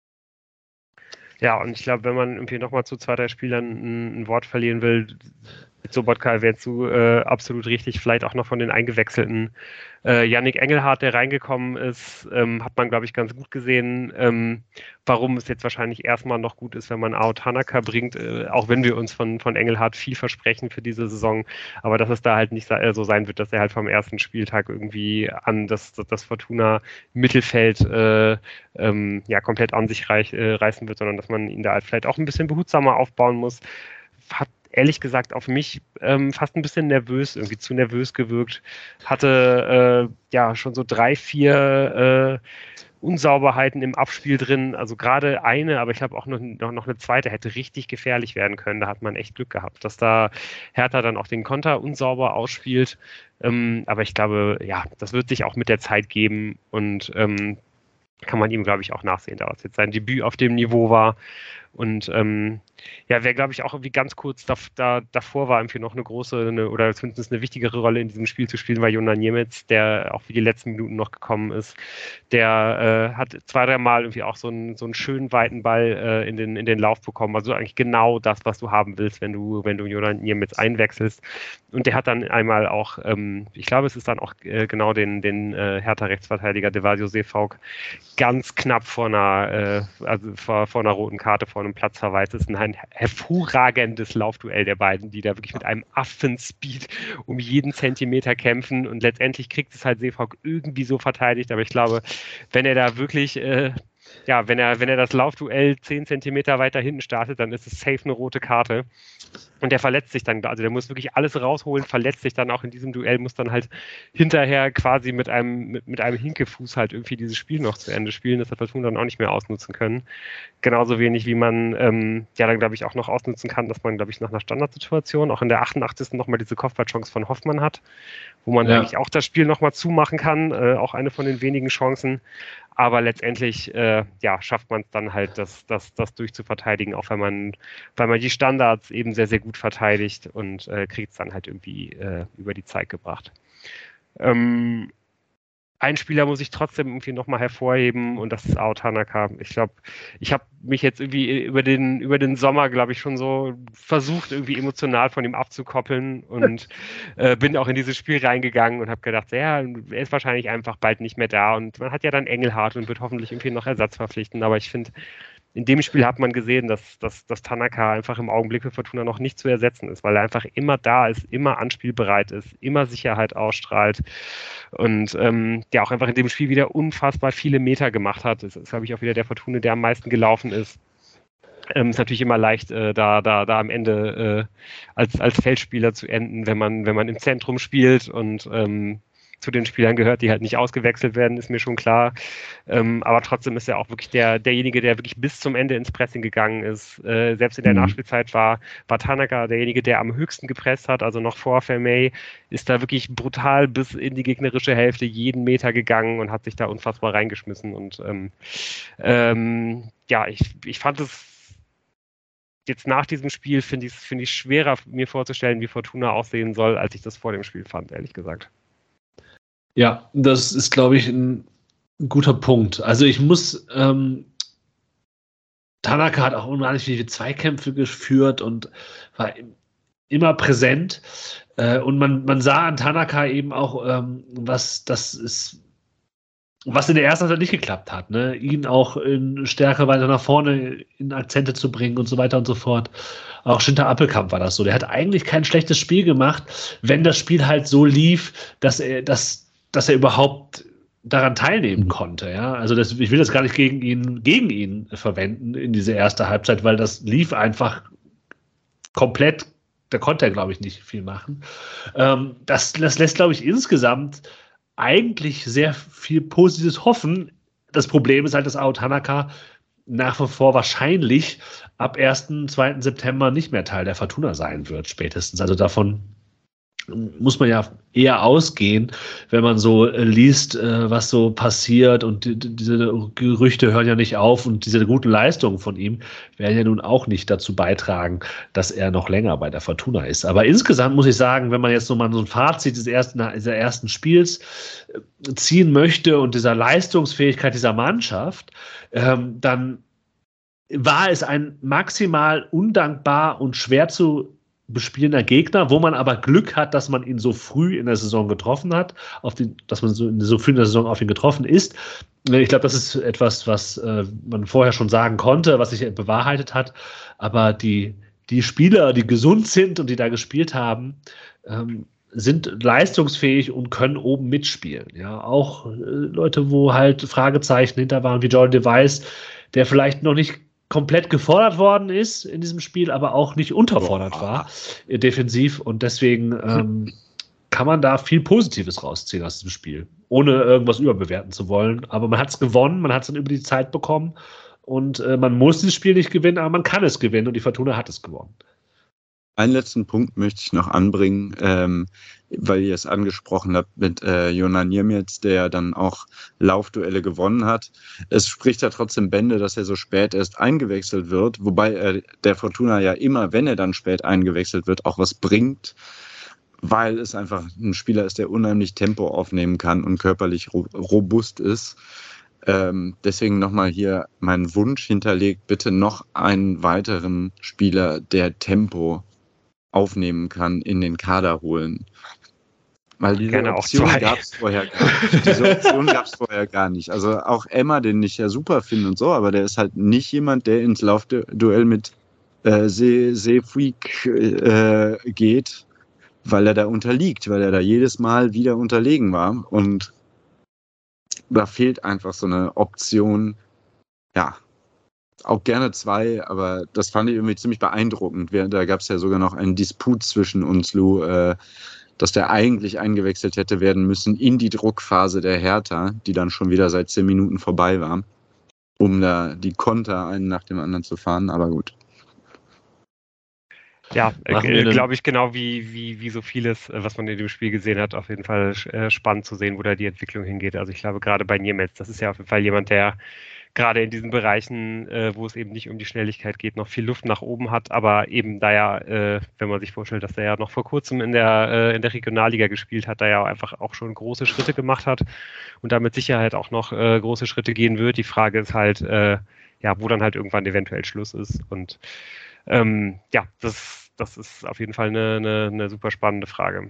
A: Ja, und ich glaube, wenn man irgendwie nochmal zu 2, 3 Spielern ein Wort verlieren will, mit Sobotka erwähnst du absolut richtig, vielleicht auch noch von den eingewechselten. Yannick Engelhardt, der reingekommen ist, hat man, glaube ich, ganz gut gesehen, warum es jetzt wahrscheinlich erstmal noch gut ist, wenn man Ao Tanaka bringt, auch wenn wir uns von Engelhardt viel versprechen für diese Saison, aber dass es da halt nicht so sein wird, dass er halt vom ersten Spieltag irgendwie an das Fortuna Mittelfeld komplett an sich reißen wird, sondern dass man ihn da halt vielleicht auch ein bisschen behutsamer aufbauen muss. Hat ehrlich gesagt auf mich fast ein bisschen irgendwie zu nervös gewirkt. Hatte schon so 3, 4 Unsauberheiten im Abspiel drin, also gerade eine, aber ich glaube auch noch eine zweite hätte richtig gefährlich werden können. Da hat man echt Glück gehabt, dass da Hertha dann auch den Konter unsauber ausspielt. Aber ich glaube, das wird sich auch mit der Zeit geben und kann man ihm, glaube ich, auch nachsehen, da was jetzt sein Debüt auf dem Niveau war. Und wer, glaube ich, auch irgendwie ganz kurz davor war, irgendwie noch oder zumindest eine wichtigere Rolle in diesem Spiel zu spielen, war Jonas Niemetz, der auch für die letzten Minuten noch gekommen ist. Der hat 2, 3 Mal irgendwie auch so einen schönen weiten Ball in den Lauf bekommen. Also eigentlich genau das, was du haben willst, wenn du Jonas Niemetz einwechselst. Und der hat dann einmal auch, ich glaube, es ist dann auch genau den Hertha-Rechtsverteidiger Devasio Seefauk ganz knapp vor einer roten Karte, vor einem Platzverweis. Das ist ein hervorragendes Laufduell der beiden, die da wirklich mit einem Affenspeed um jeden Zentimeter kämpfen und letztendlich kriegt es halt Seefauk irgendwie so verteidigt, aber ich glaube, wenn er da wirklich wenn er das Laufduell 10 Zentimeter weiter hinten startet, dann ist es safe eine rote Karte. Und der verletzt sich dann, also der muss wirklich alles rausholen, verletzt sich dann auch in diesem Duell, muss dann halt hinterher quasi mit einem Hinkefuß halt irgendwie dieses Spiel noch zu Ende spielen. Das hat Fortuna dann auch nicht mehr ausnutzen können. Genauso wenig, wie man dann, glaube ich, auch noch ausnutzen kann, dass man, glaube ich, nach einer Standardsituation auch in der 88. nochmal diese Kopfballchance von Hoffmann hat, wo man eigentlich auch das Spiel nochmal zumachen kann, auch eine von den wenigen Chancen. Aber letztendlich schafft man es dann halt, das durchzuverteidigen, auch weil man die Standards eben sehr, sehr gut verteidigt und kriegt es dann halt irgendwie über die Zeit gebracht. Ein Spieler muss ich trotzdem irgendwie nochmal hervorheben und das ist Ao Tanaka. Ich glaube, ich habe mich jetzt irgendwie über den Sommer, glaube ich, schon so versucht, irgendwie emotional von ihm abzukoppeln und bin auch in dieses Spiel reingegangen und habe gedacht, er ist wahrscheinlich einfach bald nicht mehr da und man hat ja dann Engelhardt und wird hoffentlich irgendwie noch Ersatz verpflichten, aber ich finde, in dem Spiel hat man gesehen, dass Tanaka einfach im Augenblick für Fortuna noch nicht zu ersetzen ist, weil er einfach immer da ist, immer anspielbereit ist, immer Sicherheit ausstrahlt und auch einfach in dem Spiel wieder unfassbar viele Meter gemacht hat. Das ist, glaube ich, auch wieder der Fortuna, der am meisten gelaufen ist. Ist natürlich immer leicht, da am Ende als Feldspieler zu enden, wenn man im Zentrum spielt und zu den Spielern gehört, die halt nicht ausgewechselt werden, ist mir schon klar. Aber trotzdem ist er auch wirklich derjenige, der wirklich bis zum Ende ins Pressing gegangen ist. Selbst in der Nachspielzeit war Tanaka derjenige, der am höchsten gepresst hat, also noch vor Vermey, ist da wirklich brutal bis in die gegnerische Hälfte jeden Meter gegangen und hat sich da unfassbar reingeschmissen. Und ich fand es jetzt nach diesem Spiel, finde ich schwerer, mir vorzustellen, wie Fortuna aussehen soll, als ich das vor dem Spiel fand, ehrlich gesagt.
B: Ja, das ist, glaube ich, ein guter Punkt. Also ich muss, Tanaka hat auch unheimlich viele Zweikämpfe geführt und war immer präsent. Und man sah an Tanaka eben auch, was in der ersten Halbzeit nicht geklappt hat, ne? Ihn auch in Stärke weiter nach vorne in Akzente zu bringen und so weiter und so fort. Auch Shinta Appelkamp war das so. Der hat eigentlich kein schlechtes Spiel gemacht, wenn das Spiel halt so lief, dass er überhaupt daran teilnehmen konnte. Ja? Also ich will das gar nicht gegen ihn verwenden in diese erste Halbzeit, weil das lief einfach komplett. Da konnte er, glaube ich, nicht viel machen. Das lässt, glaube ich, insgesamt eigentlich sehr viel Positives hoffen. Das Problem ist halt, dass Ao Tanaka nach wie vor wahrscheinlich ab 1., 2. September nicht mehr Teil der Fortuna sein wird, spätestens. Also davon muss man ja eher ausgehen, wenn man so liest, was so passiert, und diese Gerüchte hören ja nicht auf, und diese guten Leistungen von ihm werden ja nun auch nicht dazu beitragen, dass er noch länger bei der Fortuna ist. Aber insgesamt muss ich sagen, wenn man jetzt nochmal so ein Fazit des ersten Spiels ziehen möchte und dieser Leistungsfähigkeit dieser Mannschaft, dann war es ein maximal undankbar und schwer zu bespielender Gegner, wo man aber Glück hat, dass man ihn so früh in der Saison getroffen hat, dass man so früh in der Saison auf ihn getroffen ist. Ich glaube, das ist etwas, was man vorher schon sagen konnte, was sich bewahrheitet hat. Aber die Spieler, die gesund sind und die da gespielt haben, sind leistungsfähig und können oben mitspielen. Ja, auch Leute, wo halt Fragezeichen hinter waren, wie Jordan Device, der vielleicht noch nicht komplett gefordert worden ist in diesem Spiel, aber auch nicht unterfordert war defensiv, und deswegen kann man da viel Positives rausziehen aus diesem Spiel, ohne irgendwas überbewerten zu wollen. Aber man hat es gewonnen, man hat es dann über die Zeit bekommen, und man muss dieses Spiel nicht gewinnen, aber man kann es gewinnen, und die Fortuna hat es gewonnen.
C: Einen letzten Punkt möchte ich noch anbringen, weil ihr es angesprochen habt mit Jona Niemiec, der dann auch Laufduelle gewonnen hat. Es spricht ja trotzdem Bände, dass er so spät erst eingewechselt wird, wobei er der Fortuna ja immer, wenn er dann spät eingewechselt wird, auch was bringt, weil es einfach ein Spieler ist, der unheimlich Tempo aufnehmen kann und körperlich robust ist. Deswegen nochmal hier mein Wunsch hinterlegt, bitte noch einen weiteren Spieler, der Tempo aufnehmen kann, in den Kader holen. Weil diese Option gab es vorher gar nicht. Also auch Emma, den ich ja super finde und so, aber der ist halt nicht jemand, der ins Laufduell mit Seefreak geht, weil er da unterliegt, weil er da jedes Mal wieder unterlegen war. Und da fehlt einfach so eine Option, ja, auch gerne 2, aber das fand ich irgendwie ziemlich beeindruckend. Da gab es ja sogar noch einen Disput zwischen uns, Lou, dass der eigentlich eingewechselt hätte werden müssen in die Druckphase der Hertha, die dann schon wieder seit 10 Minuten vorbei war, um da die Konter einen nach dem anderen zu fahren, aber gut.
A: Ja, glaube ich, genau wie so vieles, was man in dem Spiel gesehen hat, auf jeden Fall spannend zu sehen, wo da die Entwicklung hingeht. Also ich glaube, gerade bei Niemiec, das ist ja auf jeden Fall jemand, der gerade in diesen Bereichen, wo es eben nicht um die Schnelligkeit geht, noch viel Luft nach oben hat, aber eben da ja, wenn man sich vorstellt, dass er ja noch vor kurzem in der Regionalliga gespielt hat, da ja einfach auch schon große Schritte gemacht hat und da mit Sicherheit auch noch große Schritte gehen wird. Die Frage ist halt, wo dann halt irgendwann eventuell Schluss ist, und das ist auf jeden Fall eine super spannende Frage.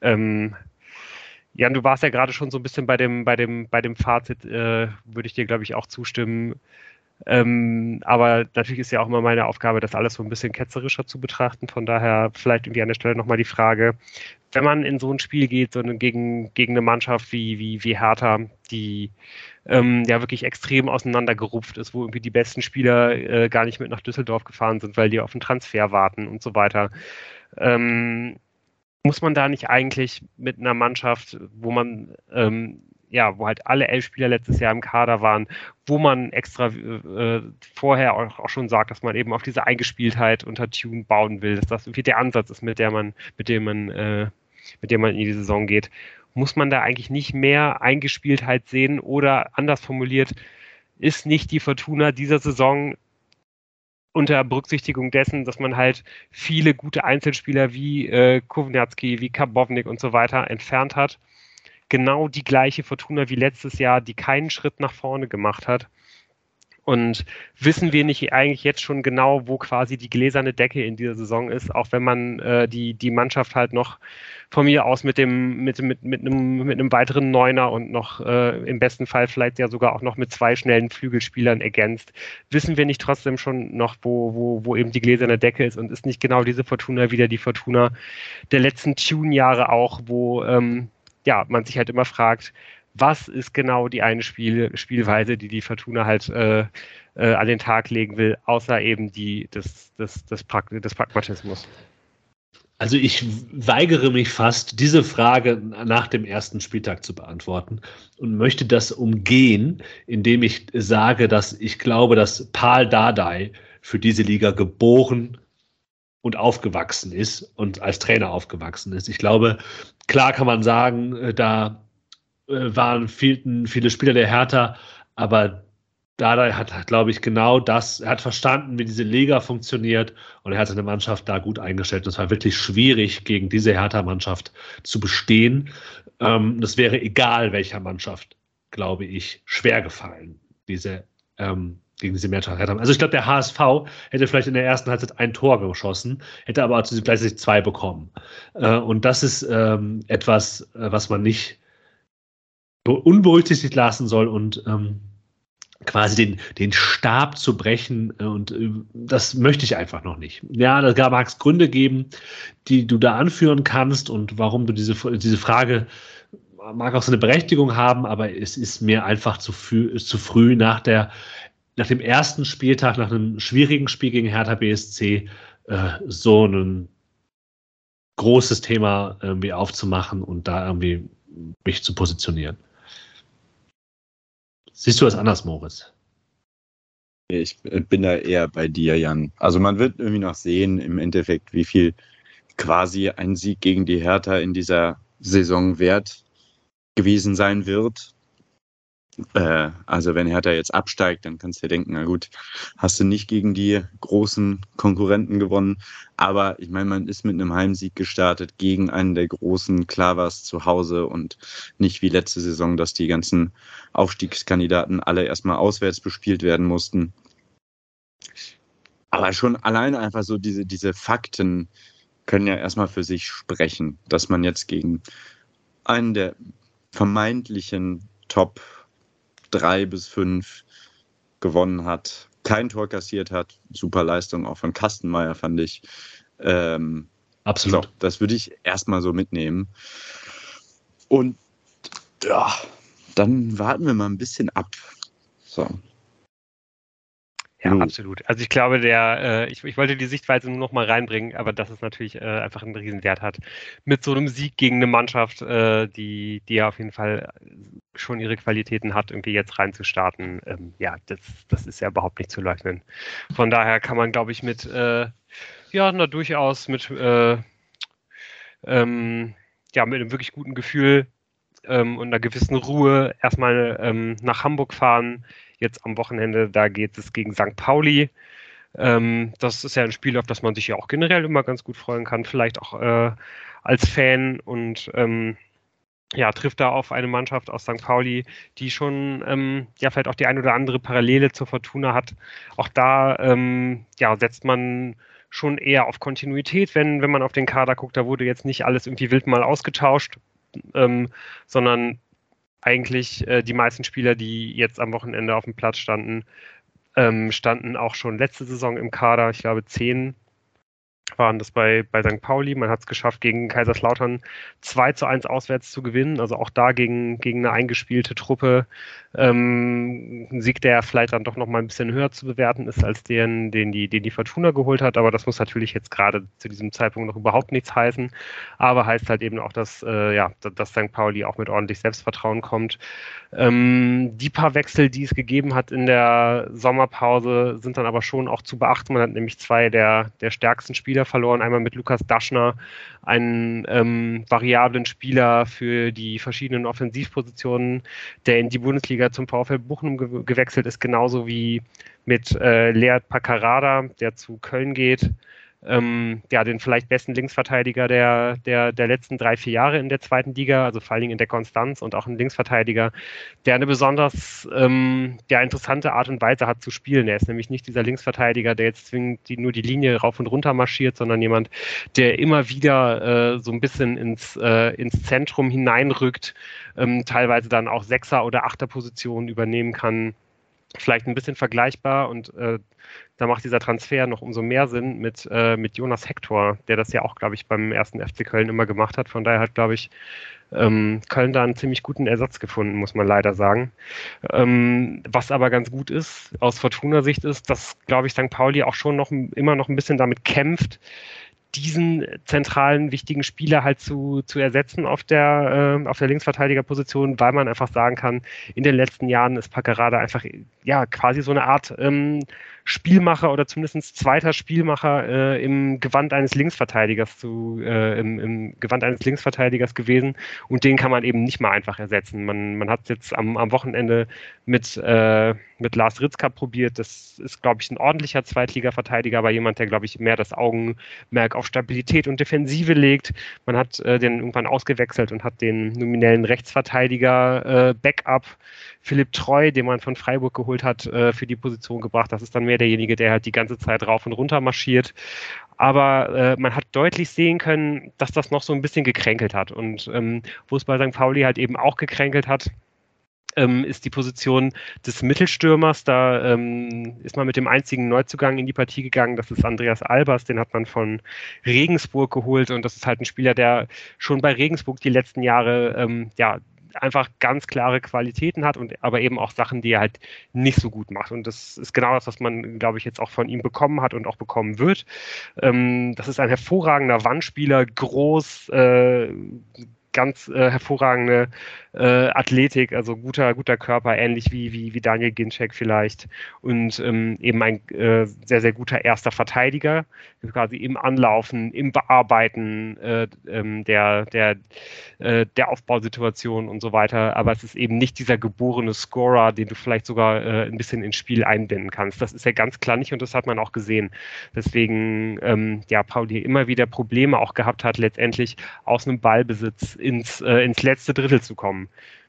A: Jan, du warst ja gerade schon so ein bisschen bei dem Fazit, würde ich dir, glaube ich, auch zustimmen. Aber natürlich ist ja auch immer meine Aufgabe, das alles so ein bisschen ketzerischer zu betrachten. Von daher vielleicht irgendwie an der Stelle nochmal die Frage, wenn man in so ein Spiel geht, gegen eine Mannschaft wie Hertha, die ja wirklich extrem auseinandergerupft ist, wo irgendwie die besten Spieler gar nicht mit nach Düsseldorf gefahren sind, weil die auf den Transfer warten und so weiter. muss man da nicht eigentlich mit einer Mannschaft, wo man wo halt alle 11 Spieler letztes Jahr im Kader waren, wo man extra vorher auch schon sagt, dass man eben auf diese Eingespieltheit unter Tune bauen will, dass das irgendwie der Ansatz ist, mit dem man in die Saison geht. Muss man da eigentlich nicht mehr Eingespieltheit sehen oder anders formuliert, ist nicht die Fortuna dieser Saison unter Berücksichtigung dessen, dass man halt viele gute Einzelspieler wie Kowniatski, wie Karbownik und so weiter entfernt hat, genau die gleiche Fortuna wie letztes Jahr, die keinen Schritt nach vorne gemacht hat. Und wissen wir nicht eigentlich jetzt schon genau, wo quasi die gläserne Decke in dieser Saison ist, auch wenn man die Mannschaft halt noch von mir aus mit einem weiteren Neuner und noch im besten Fall vielleicht ja sogar auch noch mit 2 schnellen Flügelspielern ergänzt. Wissen wir nicht trotzdem schon noch, wo eben die gläserne Decke ist und ist nicht genau diese Fortuna wieder die Fortuna der letzten Tune-Jahre auch, wo man sich halt immer fragt, was ist genau die eine Spielweise, die Fortuna halt an den Tag legen will, außer eben des Pragmatismus.
B: Also ich weigere mich fast, diese Frage nach dem ersten Spieltag zu beantworten und möchte das umgehen, indem ich sage, dass ich glaube, dass Pal Dardai für diese Liga geboren und aufgewachsen ist und als Trainer aufgewachsen ist. Ich glaube, klar kann man sagen, da waren viele Spieler der Hertha, aber Dardai hat, glaube ich, genau das, er hat verstanden, wie diese Liga funktioniert und er hat seine Mannschaft da gut eingestellt. Und es war wirklich schwierig, gegen diese Hertha-Mannschaft zu bestehen. Das wäre egal, welcher Mannschaft, glaube ich, schwer gefallen, gegen diese Hertha. Also ich glaube, der HSV hätte vielleicht in der ersten Halbzeit ein Tor geschossen, hätte aber gleichzeitig 2 bekommen. Und das ist etwas, was man nicht unberücksichtigt lassen soll und quasi den Stab zu brechen und das möchte ich einfach noch nicht. Ja, da mag es Gründe geben, die du da anführen kannst und warum du diese Frage mag auch so eine Berechtigung haben, aber es ist mir einfach zu früh nach dem ersten Spieltag, nach einem schwierigen Spiel gegen Hertha BSC so ein großes Thema irgendwie aufzumachen und da irgendwie mich zu positionieren. Siehst du das anders, Moritz?
C: Ich bin da eher bei dir, Jan. Also man wird irgendwie noch sehen, im Endeffekt, wie viel quasi ein Sieg gegen die Hertha in dieser Saison wert gewesen sein wird. Also wenn Hertha jetzt absteigt, dann kannst du dir denken, na gut, hast du nicht gegen die großen Konkurrenten gewonnen. Aber ich meine, man ist mit einem Heimsieg gestartet gegen einen der großen. Klar war es zu Hause und nicht wie letzte Saison, dass die ganzen Aufstiegskandidaten alle erstmal auswärts bespielt werden mussten. Aber schon alleine einfach so diese Fakten können ja erstmal für sich sprechen, dass man jetzt gegen einen der vermeintlichen Top 3 bis 5 gewonnen hat, kein Tor kassiert hat. Super Leistung auch von Kastenmeier, fand ich.
B: Absolut.
C: So, das würde ich erstmal so mitnehmen. Und ja, dann warten wir mal ein bisschen ab. So.
A: Ja, absolut. Also ich glaube, ich wollte die Sichtweise nur noch mal reinbringen, aber dass es natürlich einfach einen Riesenwert hat, mit so einem Sieg gegen eine Mannschaft, die ja auf jeden Fall schon ihre Qualitäten hat, irgendwie jetzt reinzustarten. Das ist ja überhaupt nicht zu leugnen. Von daher kann man, glaube ich, durchaus mit einem wirklich guten Gefühl und einer gewissen Ruhe erstmal nach Hamburg fahren. Jetzt am Wochenende, da geht es gegen St. Pauli. Das ist ja ein Spiel, auf das man sich ja auch generell immer ganz gut freuen kann, vielleicht auch als Fan und trifft da auf eine Mannschaft aus St. Pauli, die schon vielleicht auch die ein oder andere Parallele zur Fortuna hat. Auch da setzt man schon eher auf Kontinuität, wenn man auf den Kader guckt. Da wurde jetzt nicht alles irgendwie wild mal ausgetauscht, sondern eigentlich die meisten Spieler, die jetzt am Wochenende auf dem Platz standen, standen auch schon letzte Saison im Kader. Ich glaube, 10 waren das bei St. Pauli. Man hat es geschafft, gegen Kaiserslautern 2:1 auswärts zu gewinnen. Also auch da gegen eine eingespielte Truppe. Ein Sieg, der vielleicht dann doch noch mal ein bisschen höher zu bewerten ist, als den die Fortuna geholt hat. Aber das muss natürlich jetzt gerade zu diesem Zeitpunkt noch überhaupt nichts heißen. Aber heißt halt eben auch, dass St. Pauli auch mit ordentlich Selbstvertrauen kommt. Die paar Wechsel, die es gegeben hat in der Sommerpause, sind dann aber schon auch zu beachten. Man hat nämlich zwei der stärksten Spieler verloren. Einmal mit Lukas Daschner, einen variablen Spieler für die verschiedenen Offensivpositionen, der in die Bundesliga zum VfL Bochum gewechselt ist, genauso wie mit Lead Paccarada, der zu Köln geht. Den vielleicht besten Linksverteidiger der letzten 3-4 Jahre in der zweiten Liga, also vor allen Dingen in der Konstanz, und auch ein Linksverteidiger, der eine besonders interessante Art und Weise hat zu spielen. Er ist nämlich nicht dieser Linksverteidiger, der jetzt zwingend nur die Linie rauf und runter marschiert, sondern jemand, der immer wieder so ein bisschen ins Zentrum hineinrückt, teilweise dann auch Sechser- oder Achter-Positionen übernehmen kann. Vielleicht ein bisschen vergleichbar, und da macht dieser Transfer noch umso mehr Sinn mit Jonas Hector, der das ja auch, glaube ich, beim ersten FC Köln immer gemacht hat. Von daher hat, glaube ich, Köln da einen ziemlich guten Ersatz gefunden, muss man leider sagen. Was aber ganz gut ist, aus Fortuna-Sicht ist, dass, glaube ich, St. Pauli auch schon immer noch ein bisschen damit kämpft, diesen zentralen, wichtigen Spieler halt zu ersetzen auf der Linksverteidigerposition, weil man einfach sagen kann, in den letzten Jahren ist Paccarada einfach quasi so eine Art Spielmacher oder zumindest zweiter Spielmacher im Gewand eines Linksverteidigers im Gewand eines Linksverteidigers gewesen, und den kann man eben nicht mal einfach ersetzen. Man hat es jetzt am Wochenende mit Lars Ritzka probiert. Das ist, glaube ich, ein ordentlicher Zweitliga-Verteidiger, aber jemand, der, glaube ich, mehr das Augenmerk auf Stabilität und Defensive legt. Man hat den irgendwann ausgewechselt und hat den nominellen Rechtsverteidiger Backup Philipp Treu, den man von Freiburg geholt hat, für die Position gebracht. Das ist dann mehr derjenige, der halt die ganze Zeit rauf und runter marschiert. Aber man hat deutlich sehen können, dass das noch so ein bisschen gekränkelt hat. Und wo es bei St. Pauli halt eben auch gekränkelt hat, ist die Position des Mittelstürmers. Da ist man mit dem einzigen Neuzugang in die Partie gegangen. Das ist Andreas Albers, den hat man von Regensburg geholt. Und das ist halt ein Spieler, der schon bei Regensburg die letzten Jahre einfach ganz klare Qualitäten hat, und aber eben auch Sachen, die er halt nicht so gut macht. Und das ist genau das, was man, glaube ich, jetzt auch von ihm bekommen hat und auch bekommen wird. Das ist ein hervorragender Wandspieler, groß, ganz hervorragende Athletik, also guter Körper, ähnlich wie Daniel Ginczek vielleicht, und eben ein sehr, sehr guter erster Verteidiger, quasi im Anlaufen, im Bearbeiten der Aufbausituation und so weiter, aber es ist eben nicht dieser geborene Scorer, den du vielleicht sogar ein bisschen ins Spiel einbinden kannst. Das ist ja ganz klar nicht, und das hat man auch gesehen. Deswegen Pauli immer wieder Probleme auch gehabt hat, letztendlich aus einem Ballbesitz ins letzte Drittel zu kommen.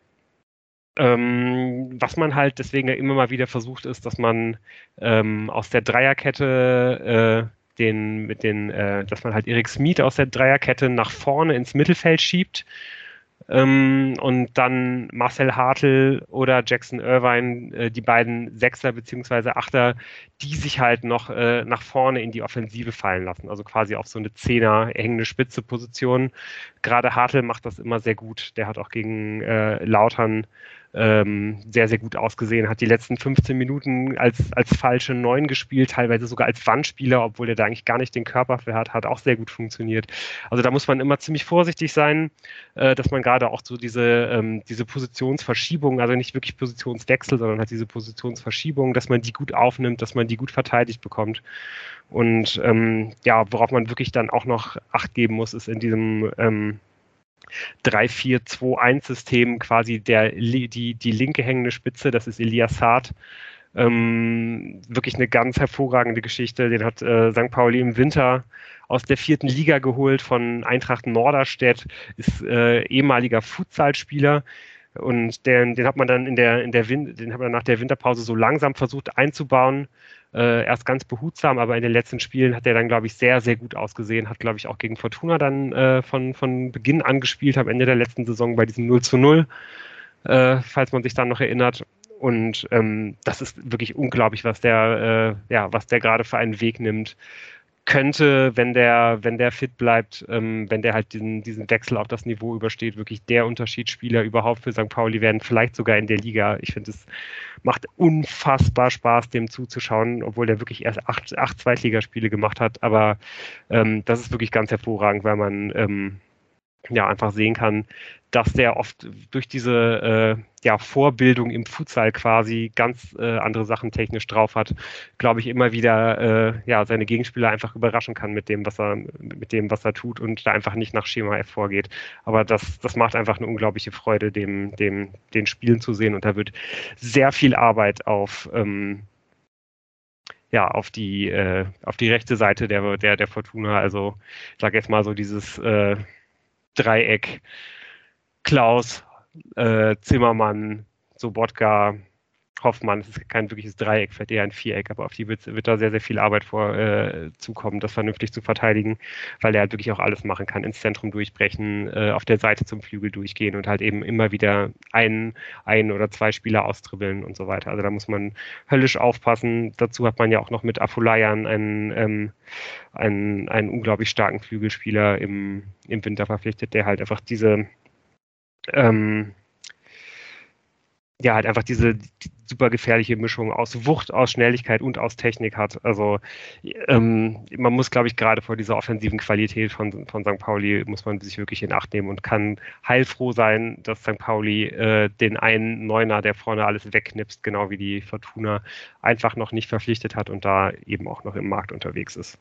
A: Was man halt deswegen ja immer mal wieder versucht, ist, dass man aus der Dreierkette dass man halt Erik Smith aus der Dreierkette nach vorne ins Mittelfeld schiebt, und dann Marcel Hartl oder Jackson Irvine, die beiden Sechser bzw. Achter, die sich halt noch nach vorne in die Offensive fallen lassen, also quasi auf so eine Zehner hängende Spitze-Position. Gerade Hartl macht das immer sehr gut. Der hat auch gegen Lautern sehr, sehr gut ausgesehen, hat die letzten 15 Minuten als falsche 9 gespielt, teilweise sogar als Wandspieler, obwohl er da eigentlich gar nicht den Körper für hat auch sehr gut funktioniert. Also da muss man immer ziemlich vorsichtig sein, dass man gerade auch so diese Positionsverschiebung, also nicht wirklich Positionswechsel, sondern halt diese Positionsverschiebung, dass man die gut aufnimmt, dass man die gut verteidigt bekommt. Und worauf man wirklich dann auch noch Acht geben muss, ist in diesem 3-4-2-1-System quasi die linke hängende Spitze, das ist Elias Saad. Wirklich eine ganz hervorragende Geschichte. Den hat St. Pauli im Winter aus der 4. Liga geholt von Eintracht Norderstedt, ist ehemaliger Futsalspieler. Und den hat man dann den hat man nach der Winterpause so langsam versucht einzubauen. Erst ganz behutsam, aber in den letzten Spielen hat er dann, glaube ich, sehr, sehr gut ausgesehen. Hat, glaube ich, auch gegen Fortuna dann von Beginn an gespielt, am Ende der letzten Saison bei diesem 0:0, falls man sich dann noch erinnert. Und das ist wirklich unglaublich, was der gerade für einen Weg nimmt. könnte, wenn der fit bleibt, wenn der halt diesen Wechsel auf das Niveau übersteht, wirklich der Unterschiedsspieler überhaupt für St. Pauli werden, vielleicht sogar in der Liga. Ich finde, es macht unfassbar Spaß, dem zuzuschauen, obwohl der wirklich erst acht Zweitligaspiele gemacht hat. Aber das ist wirklich ganz hervorragend, weil man einfach sehen kann, dass der oft durch diese Vorbildung im Futsal quasi ganz andere Sachen technisch drauf hat, glaube ich, immer wieder seine Gegenspieler einfach überraschen kann mit dem, was er tut und da einfach nicht nach Schema F vorgeht. Aber das macht einfach eine unglaubliche Freude, den Spielen zu sehen, und da wird sehr viel Arbeit auf die rechte Seite der Fortuna, also ich sage jetzt mal so dieses Dreieck, Klaus, Zimmermann, Sobotka, Hoffmann. Es ist kein wirkliches Dreieck, vielleicht eher ein Viereck, aber auf die wird da sehr, sehr viel Arbeit zukommen, das vernünftig zu verteidigen, weil er halt wirklich auch alles machen kann, ins Zentrum durchbrechen, auf der Seite zum Flügel durchgehen und halt eben immer wieder ein oder zwei Spieler austribbeln und so weiter. Also da muss man höllisch aufpassen. Dazu hat man ja auch noch mit Afolayan einen unglaublich starken Flügelspieler im Winter verpflichtet, der halt einfach diese die super gefährliche Mischung aus Wucht, aus Schnelligkeit und aus Technik hat. Also man muss, glaube ich, gerade vor dieser offensiven Qualität von St. Pauli muss man sich wirklich in Acht nehmen und kann heilfroh sein, dass St. Pauli den einen Neuner, der vorne alles wegknipst, genau wie die Fortuna, einfach noch nicht verpflichtet hat und da eben auch noch im Markt unterwegs ist.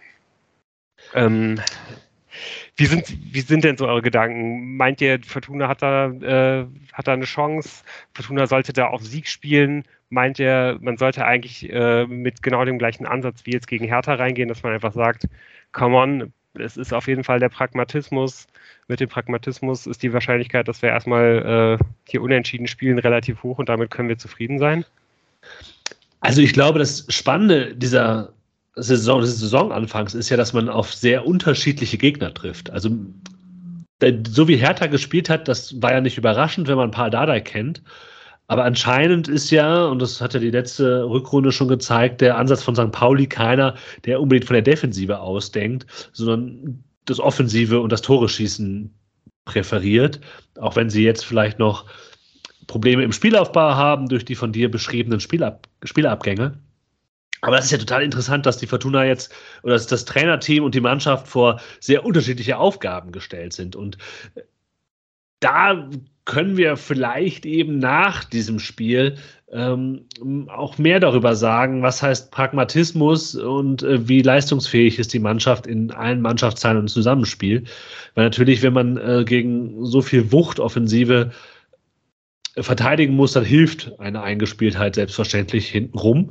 A: Wie sind denn so eure Gedanken? Meint ihr, Fortuna hat da eine Chance? Fortuna sollte da auf Sieg spielen? Meint ihr, man sollte eigentlich mit genau dem gleichen Ansatz wie jetzt gegen Hertha reingehen, dass man einfach sagt, come on, es ist auf jeden Fall der Pragmatismus. Mit dem Pragmatismus ist die Wahrscheinlichkeit, dass wir erstmal hier unentschieden spielen, relativ hoch, und damit können wir zufrieden sein?
B: Also ich glaube, das Spannende des Saisonanfangs ist ja, dass man auf sehr unterschiedliche Gegner trifft. Also so wie Hertha gespielt hat, das war ja nicht überraschend, wenn man Paul Dardai kennt. Aber anscheinend ist ja, und das hat ja die letzte Rückrunde schon gezeigt, der Ansatz von St. Pauli keiner, der unbedingt von der Defensive ausdenkt, sondern das Offensive und das Tore-Schießen präferiert. Auch wenn sie jetzt vielleicht noch Probleme im Spielaufbau haben durch die von dir beschriebenen Spielabgänge. Aber das ist ja total interessant, dass die Fortuna jetzt oder dass das Trainerteam und die Mannschaft vor sehr unterschiedliche Aufgaben gestellt sind. Und da können wir vielleicht eben nach diesem Spiel auch mehr darüber sagen, was heißt Pragmatismus und wie leistungsfähig ist die Mannschaft in allen Mannschaftsteilen und Zusammenspiel. Weil natürlich, wenn man gegen so viel Wuchtoffensive verteidigen muss, dann hilft eine Eingespieltheit selbstverständlich hintenrum.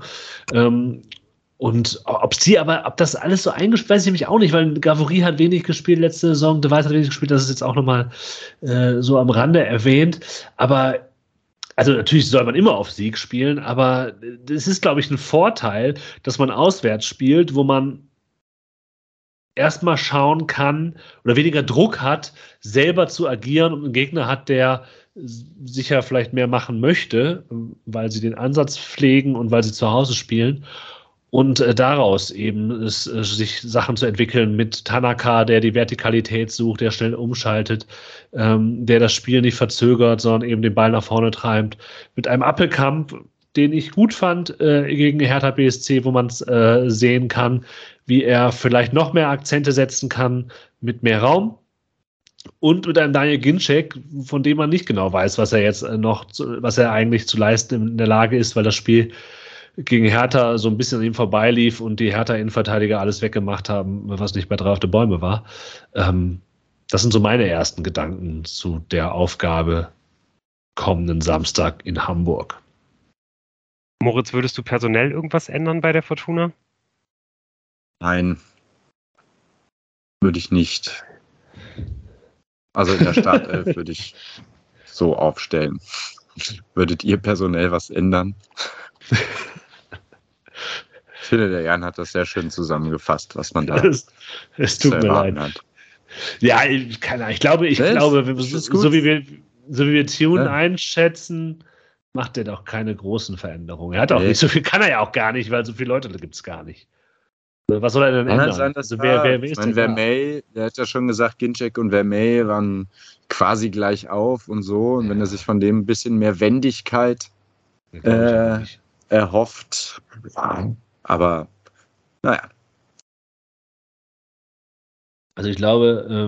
B: Und ob das alles so eingespielt, weiß ich nämlich auch nicht, weil Gavory hat wenig gespielt letzte Saison, De Weid hat wenig gespielt, das ist jetzt auch nochmal so am Rande erwähnt. Aber, also natürlich soll man immer auf Sieg spielen, aber es ist, glaube ich, ein Vorteil, dass man auswärts spielt, wo man erstmal schauen kann oder weniger Druck hat, selber zu agieren und einen Gegner hat, der sicher vielleicht mehr machen möchte, weil sie den Ansatz pflegen und weil sie zu Hause spielen. Und daraus eben sich Sachen zu entwickeln mit Tanaka, der die Vertikalität sucht, der schnell umschaltet, der das Spiel nicht verzögert, sondern eben den Ball nach vorne treibt. Mit einem Appelkamp, den ich gut fand gegen Hertha BSC, wo man es sehen kann, wie er vielleicht noch mehr Akzente setzen kann mit mehr Raum. Und mit einem Daniel Ginczek, von dem man nicht genau weiß, was er eigentlich zu leisten in der Lage ist, weil das Spiel gegen Hertha so ein bisschen an ihm vorbeilief und die Hertha-Innenverteidiger alles weggemacht haben, was nicht mehr 3 auf die Bäume war. Das sind so meine ersten Gedanken zu der Aufgabe kommenden Samstag in Hamburg.
A: Moritz, würdest du personell irgendwas ändern bei der Fortuna?
C: Nein, würde ich nicht. Also in der Startelf würde ich so aufstellen. Würdet ihr personell was ändern? Ich finde, der Jan hat das sehr schön zusammengefasst, was man da
B: es tut mir leid. Hat. Ja, ich glaube, so wie wir Tune einschätzen, macht er doch keine großen Veränderungen. Er hat auch nicht so viel, kann er ja auch gar nicht, weil so viele Leute gibt es gar nicht. Was soll er denn
C: Kann
B: ändern?
C: sein, dass
B: Also wer
C: ich
B: ist
C: meine,
B: denn da?
C: Vermey, der hat ja schon gesagt, Ginczek und Vermey waren quasi gleich auf und so. Und wenn er sich von dem ein bisschen mehr Wendigkeit
B: Glaub ich aber nicht.
C: erhofft, ja, aber naja.
B: Also ich glaube,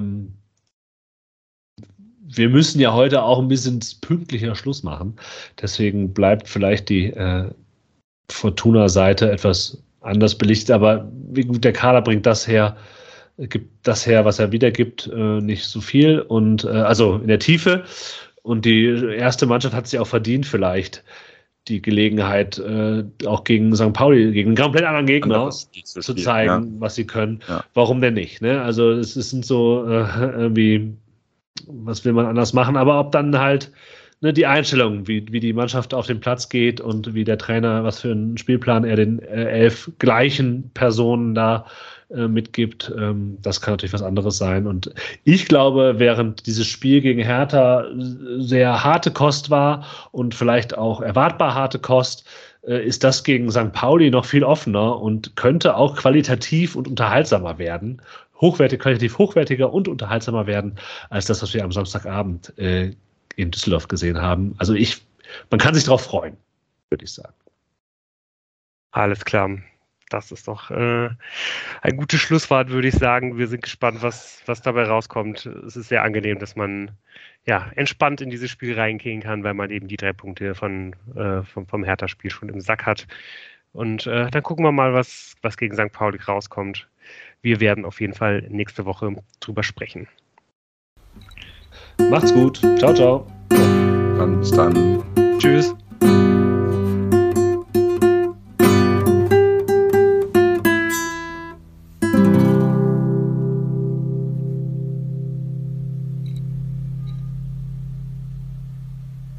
B: wir müssen ja heute auch ein bisschen pünktlicher Schluss machen. Deswegen bleibt vielleicht die Fortuna-Seite etwas anders belichtet. Aber wie gut, der Kader bringt das her, gibt das her, was er wiedergibt, nicht so viel. Und also in der Tiefe. Und die erste Mannschaft hat sich auch verdient, vielleicht die Gelegenheit, auch gegen St. Pauli, gegen einen komplett anderen Gegner zu zeigen, was sie können.
C: Ja.
B: Warum denn nicht? Ne? Also es sind so irgendwie, was will man anders machen? Aber ob dann halt die Einstellung, wie die Mannschaft auf den Platz geht und wie der Trainer, was für einen Spielplan er den 11 gleichen Personen da mitgibt, das kann natürlich was anderes sein. Und ich glaube, während dieses Spiel gegen Hertha sehr harte Kost war und vielleicht auch erwartbar harte Kost, ist das gegen St. Pauli noch viel offener und könnte auch qualitativ und unterhaltsamer werden. Qualitativ hochwertiger und unterhaltsamer werden, als das, was wir am Samstagabend in Düsseldorf gesehen haben. Also man kann sich darauf freuen, würde ich sagen.
A: Alles klar. Das ist doch ein gutes Schlusswort, würde ich sagen. Wir sind gespannt, was dabei rauskommt. Es ist sehr angenehm, dass man entspannt in dieses Spiel reingehen kann, weil man eben die 3 Punkte vom Hertha-Spiel schon im Sack hat. Und dann gucken wir mal, was gegen St. Pauli rauskommt. Wir werden auf jeden Fall nächste Woche drüber sprechen.
B: Macht's gut. Ciao, ciao.
C: Bis dann.
A: Tschüss.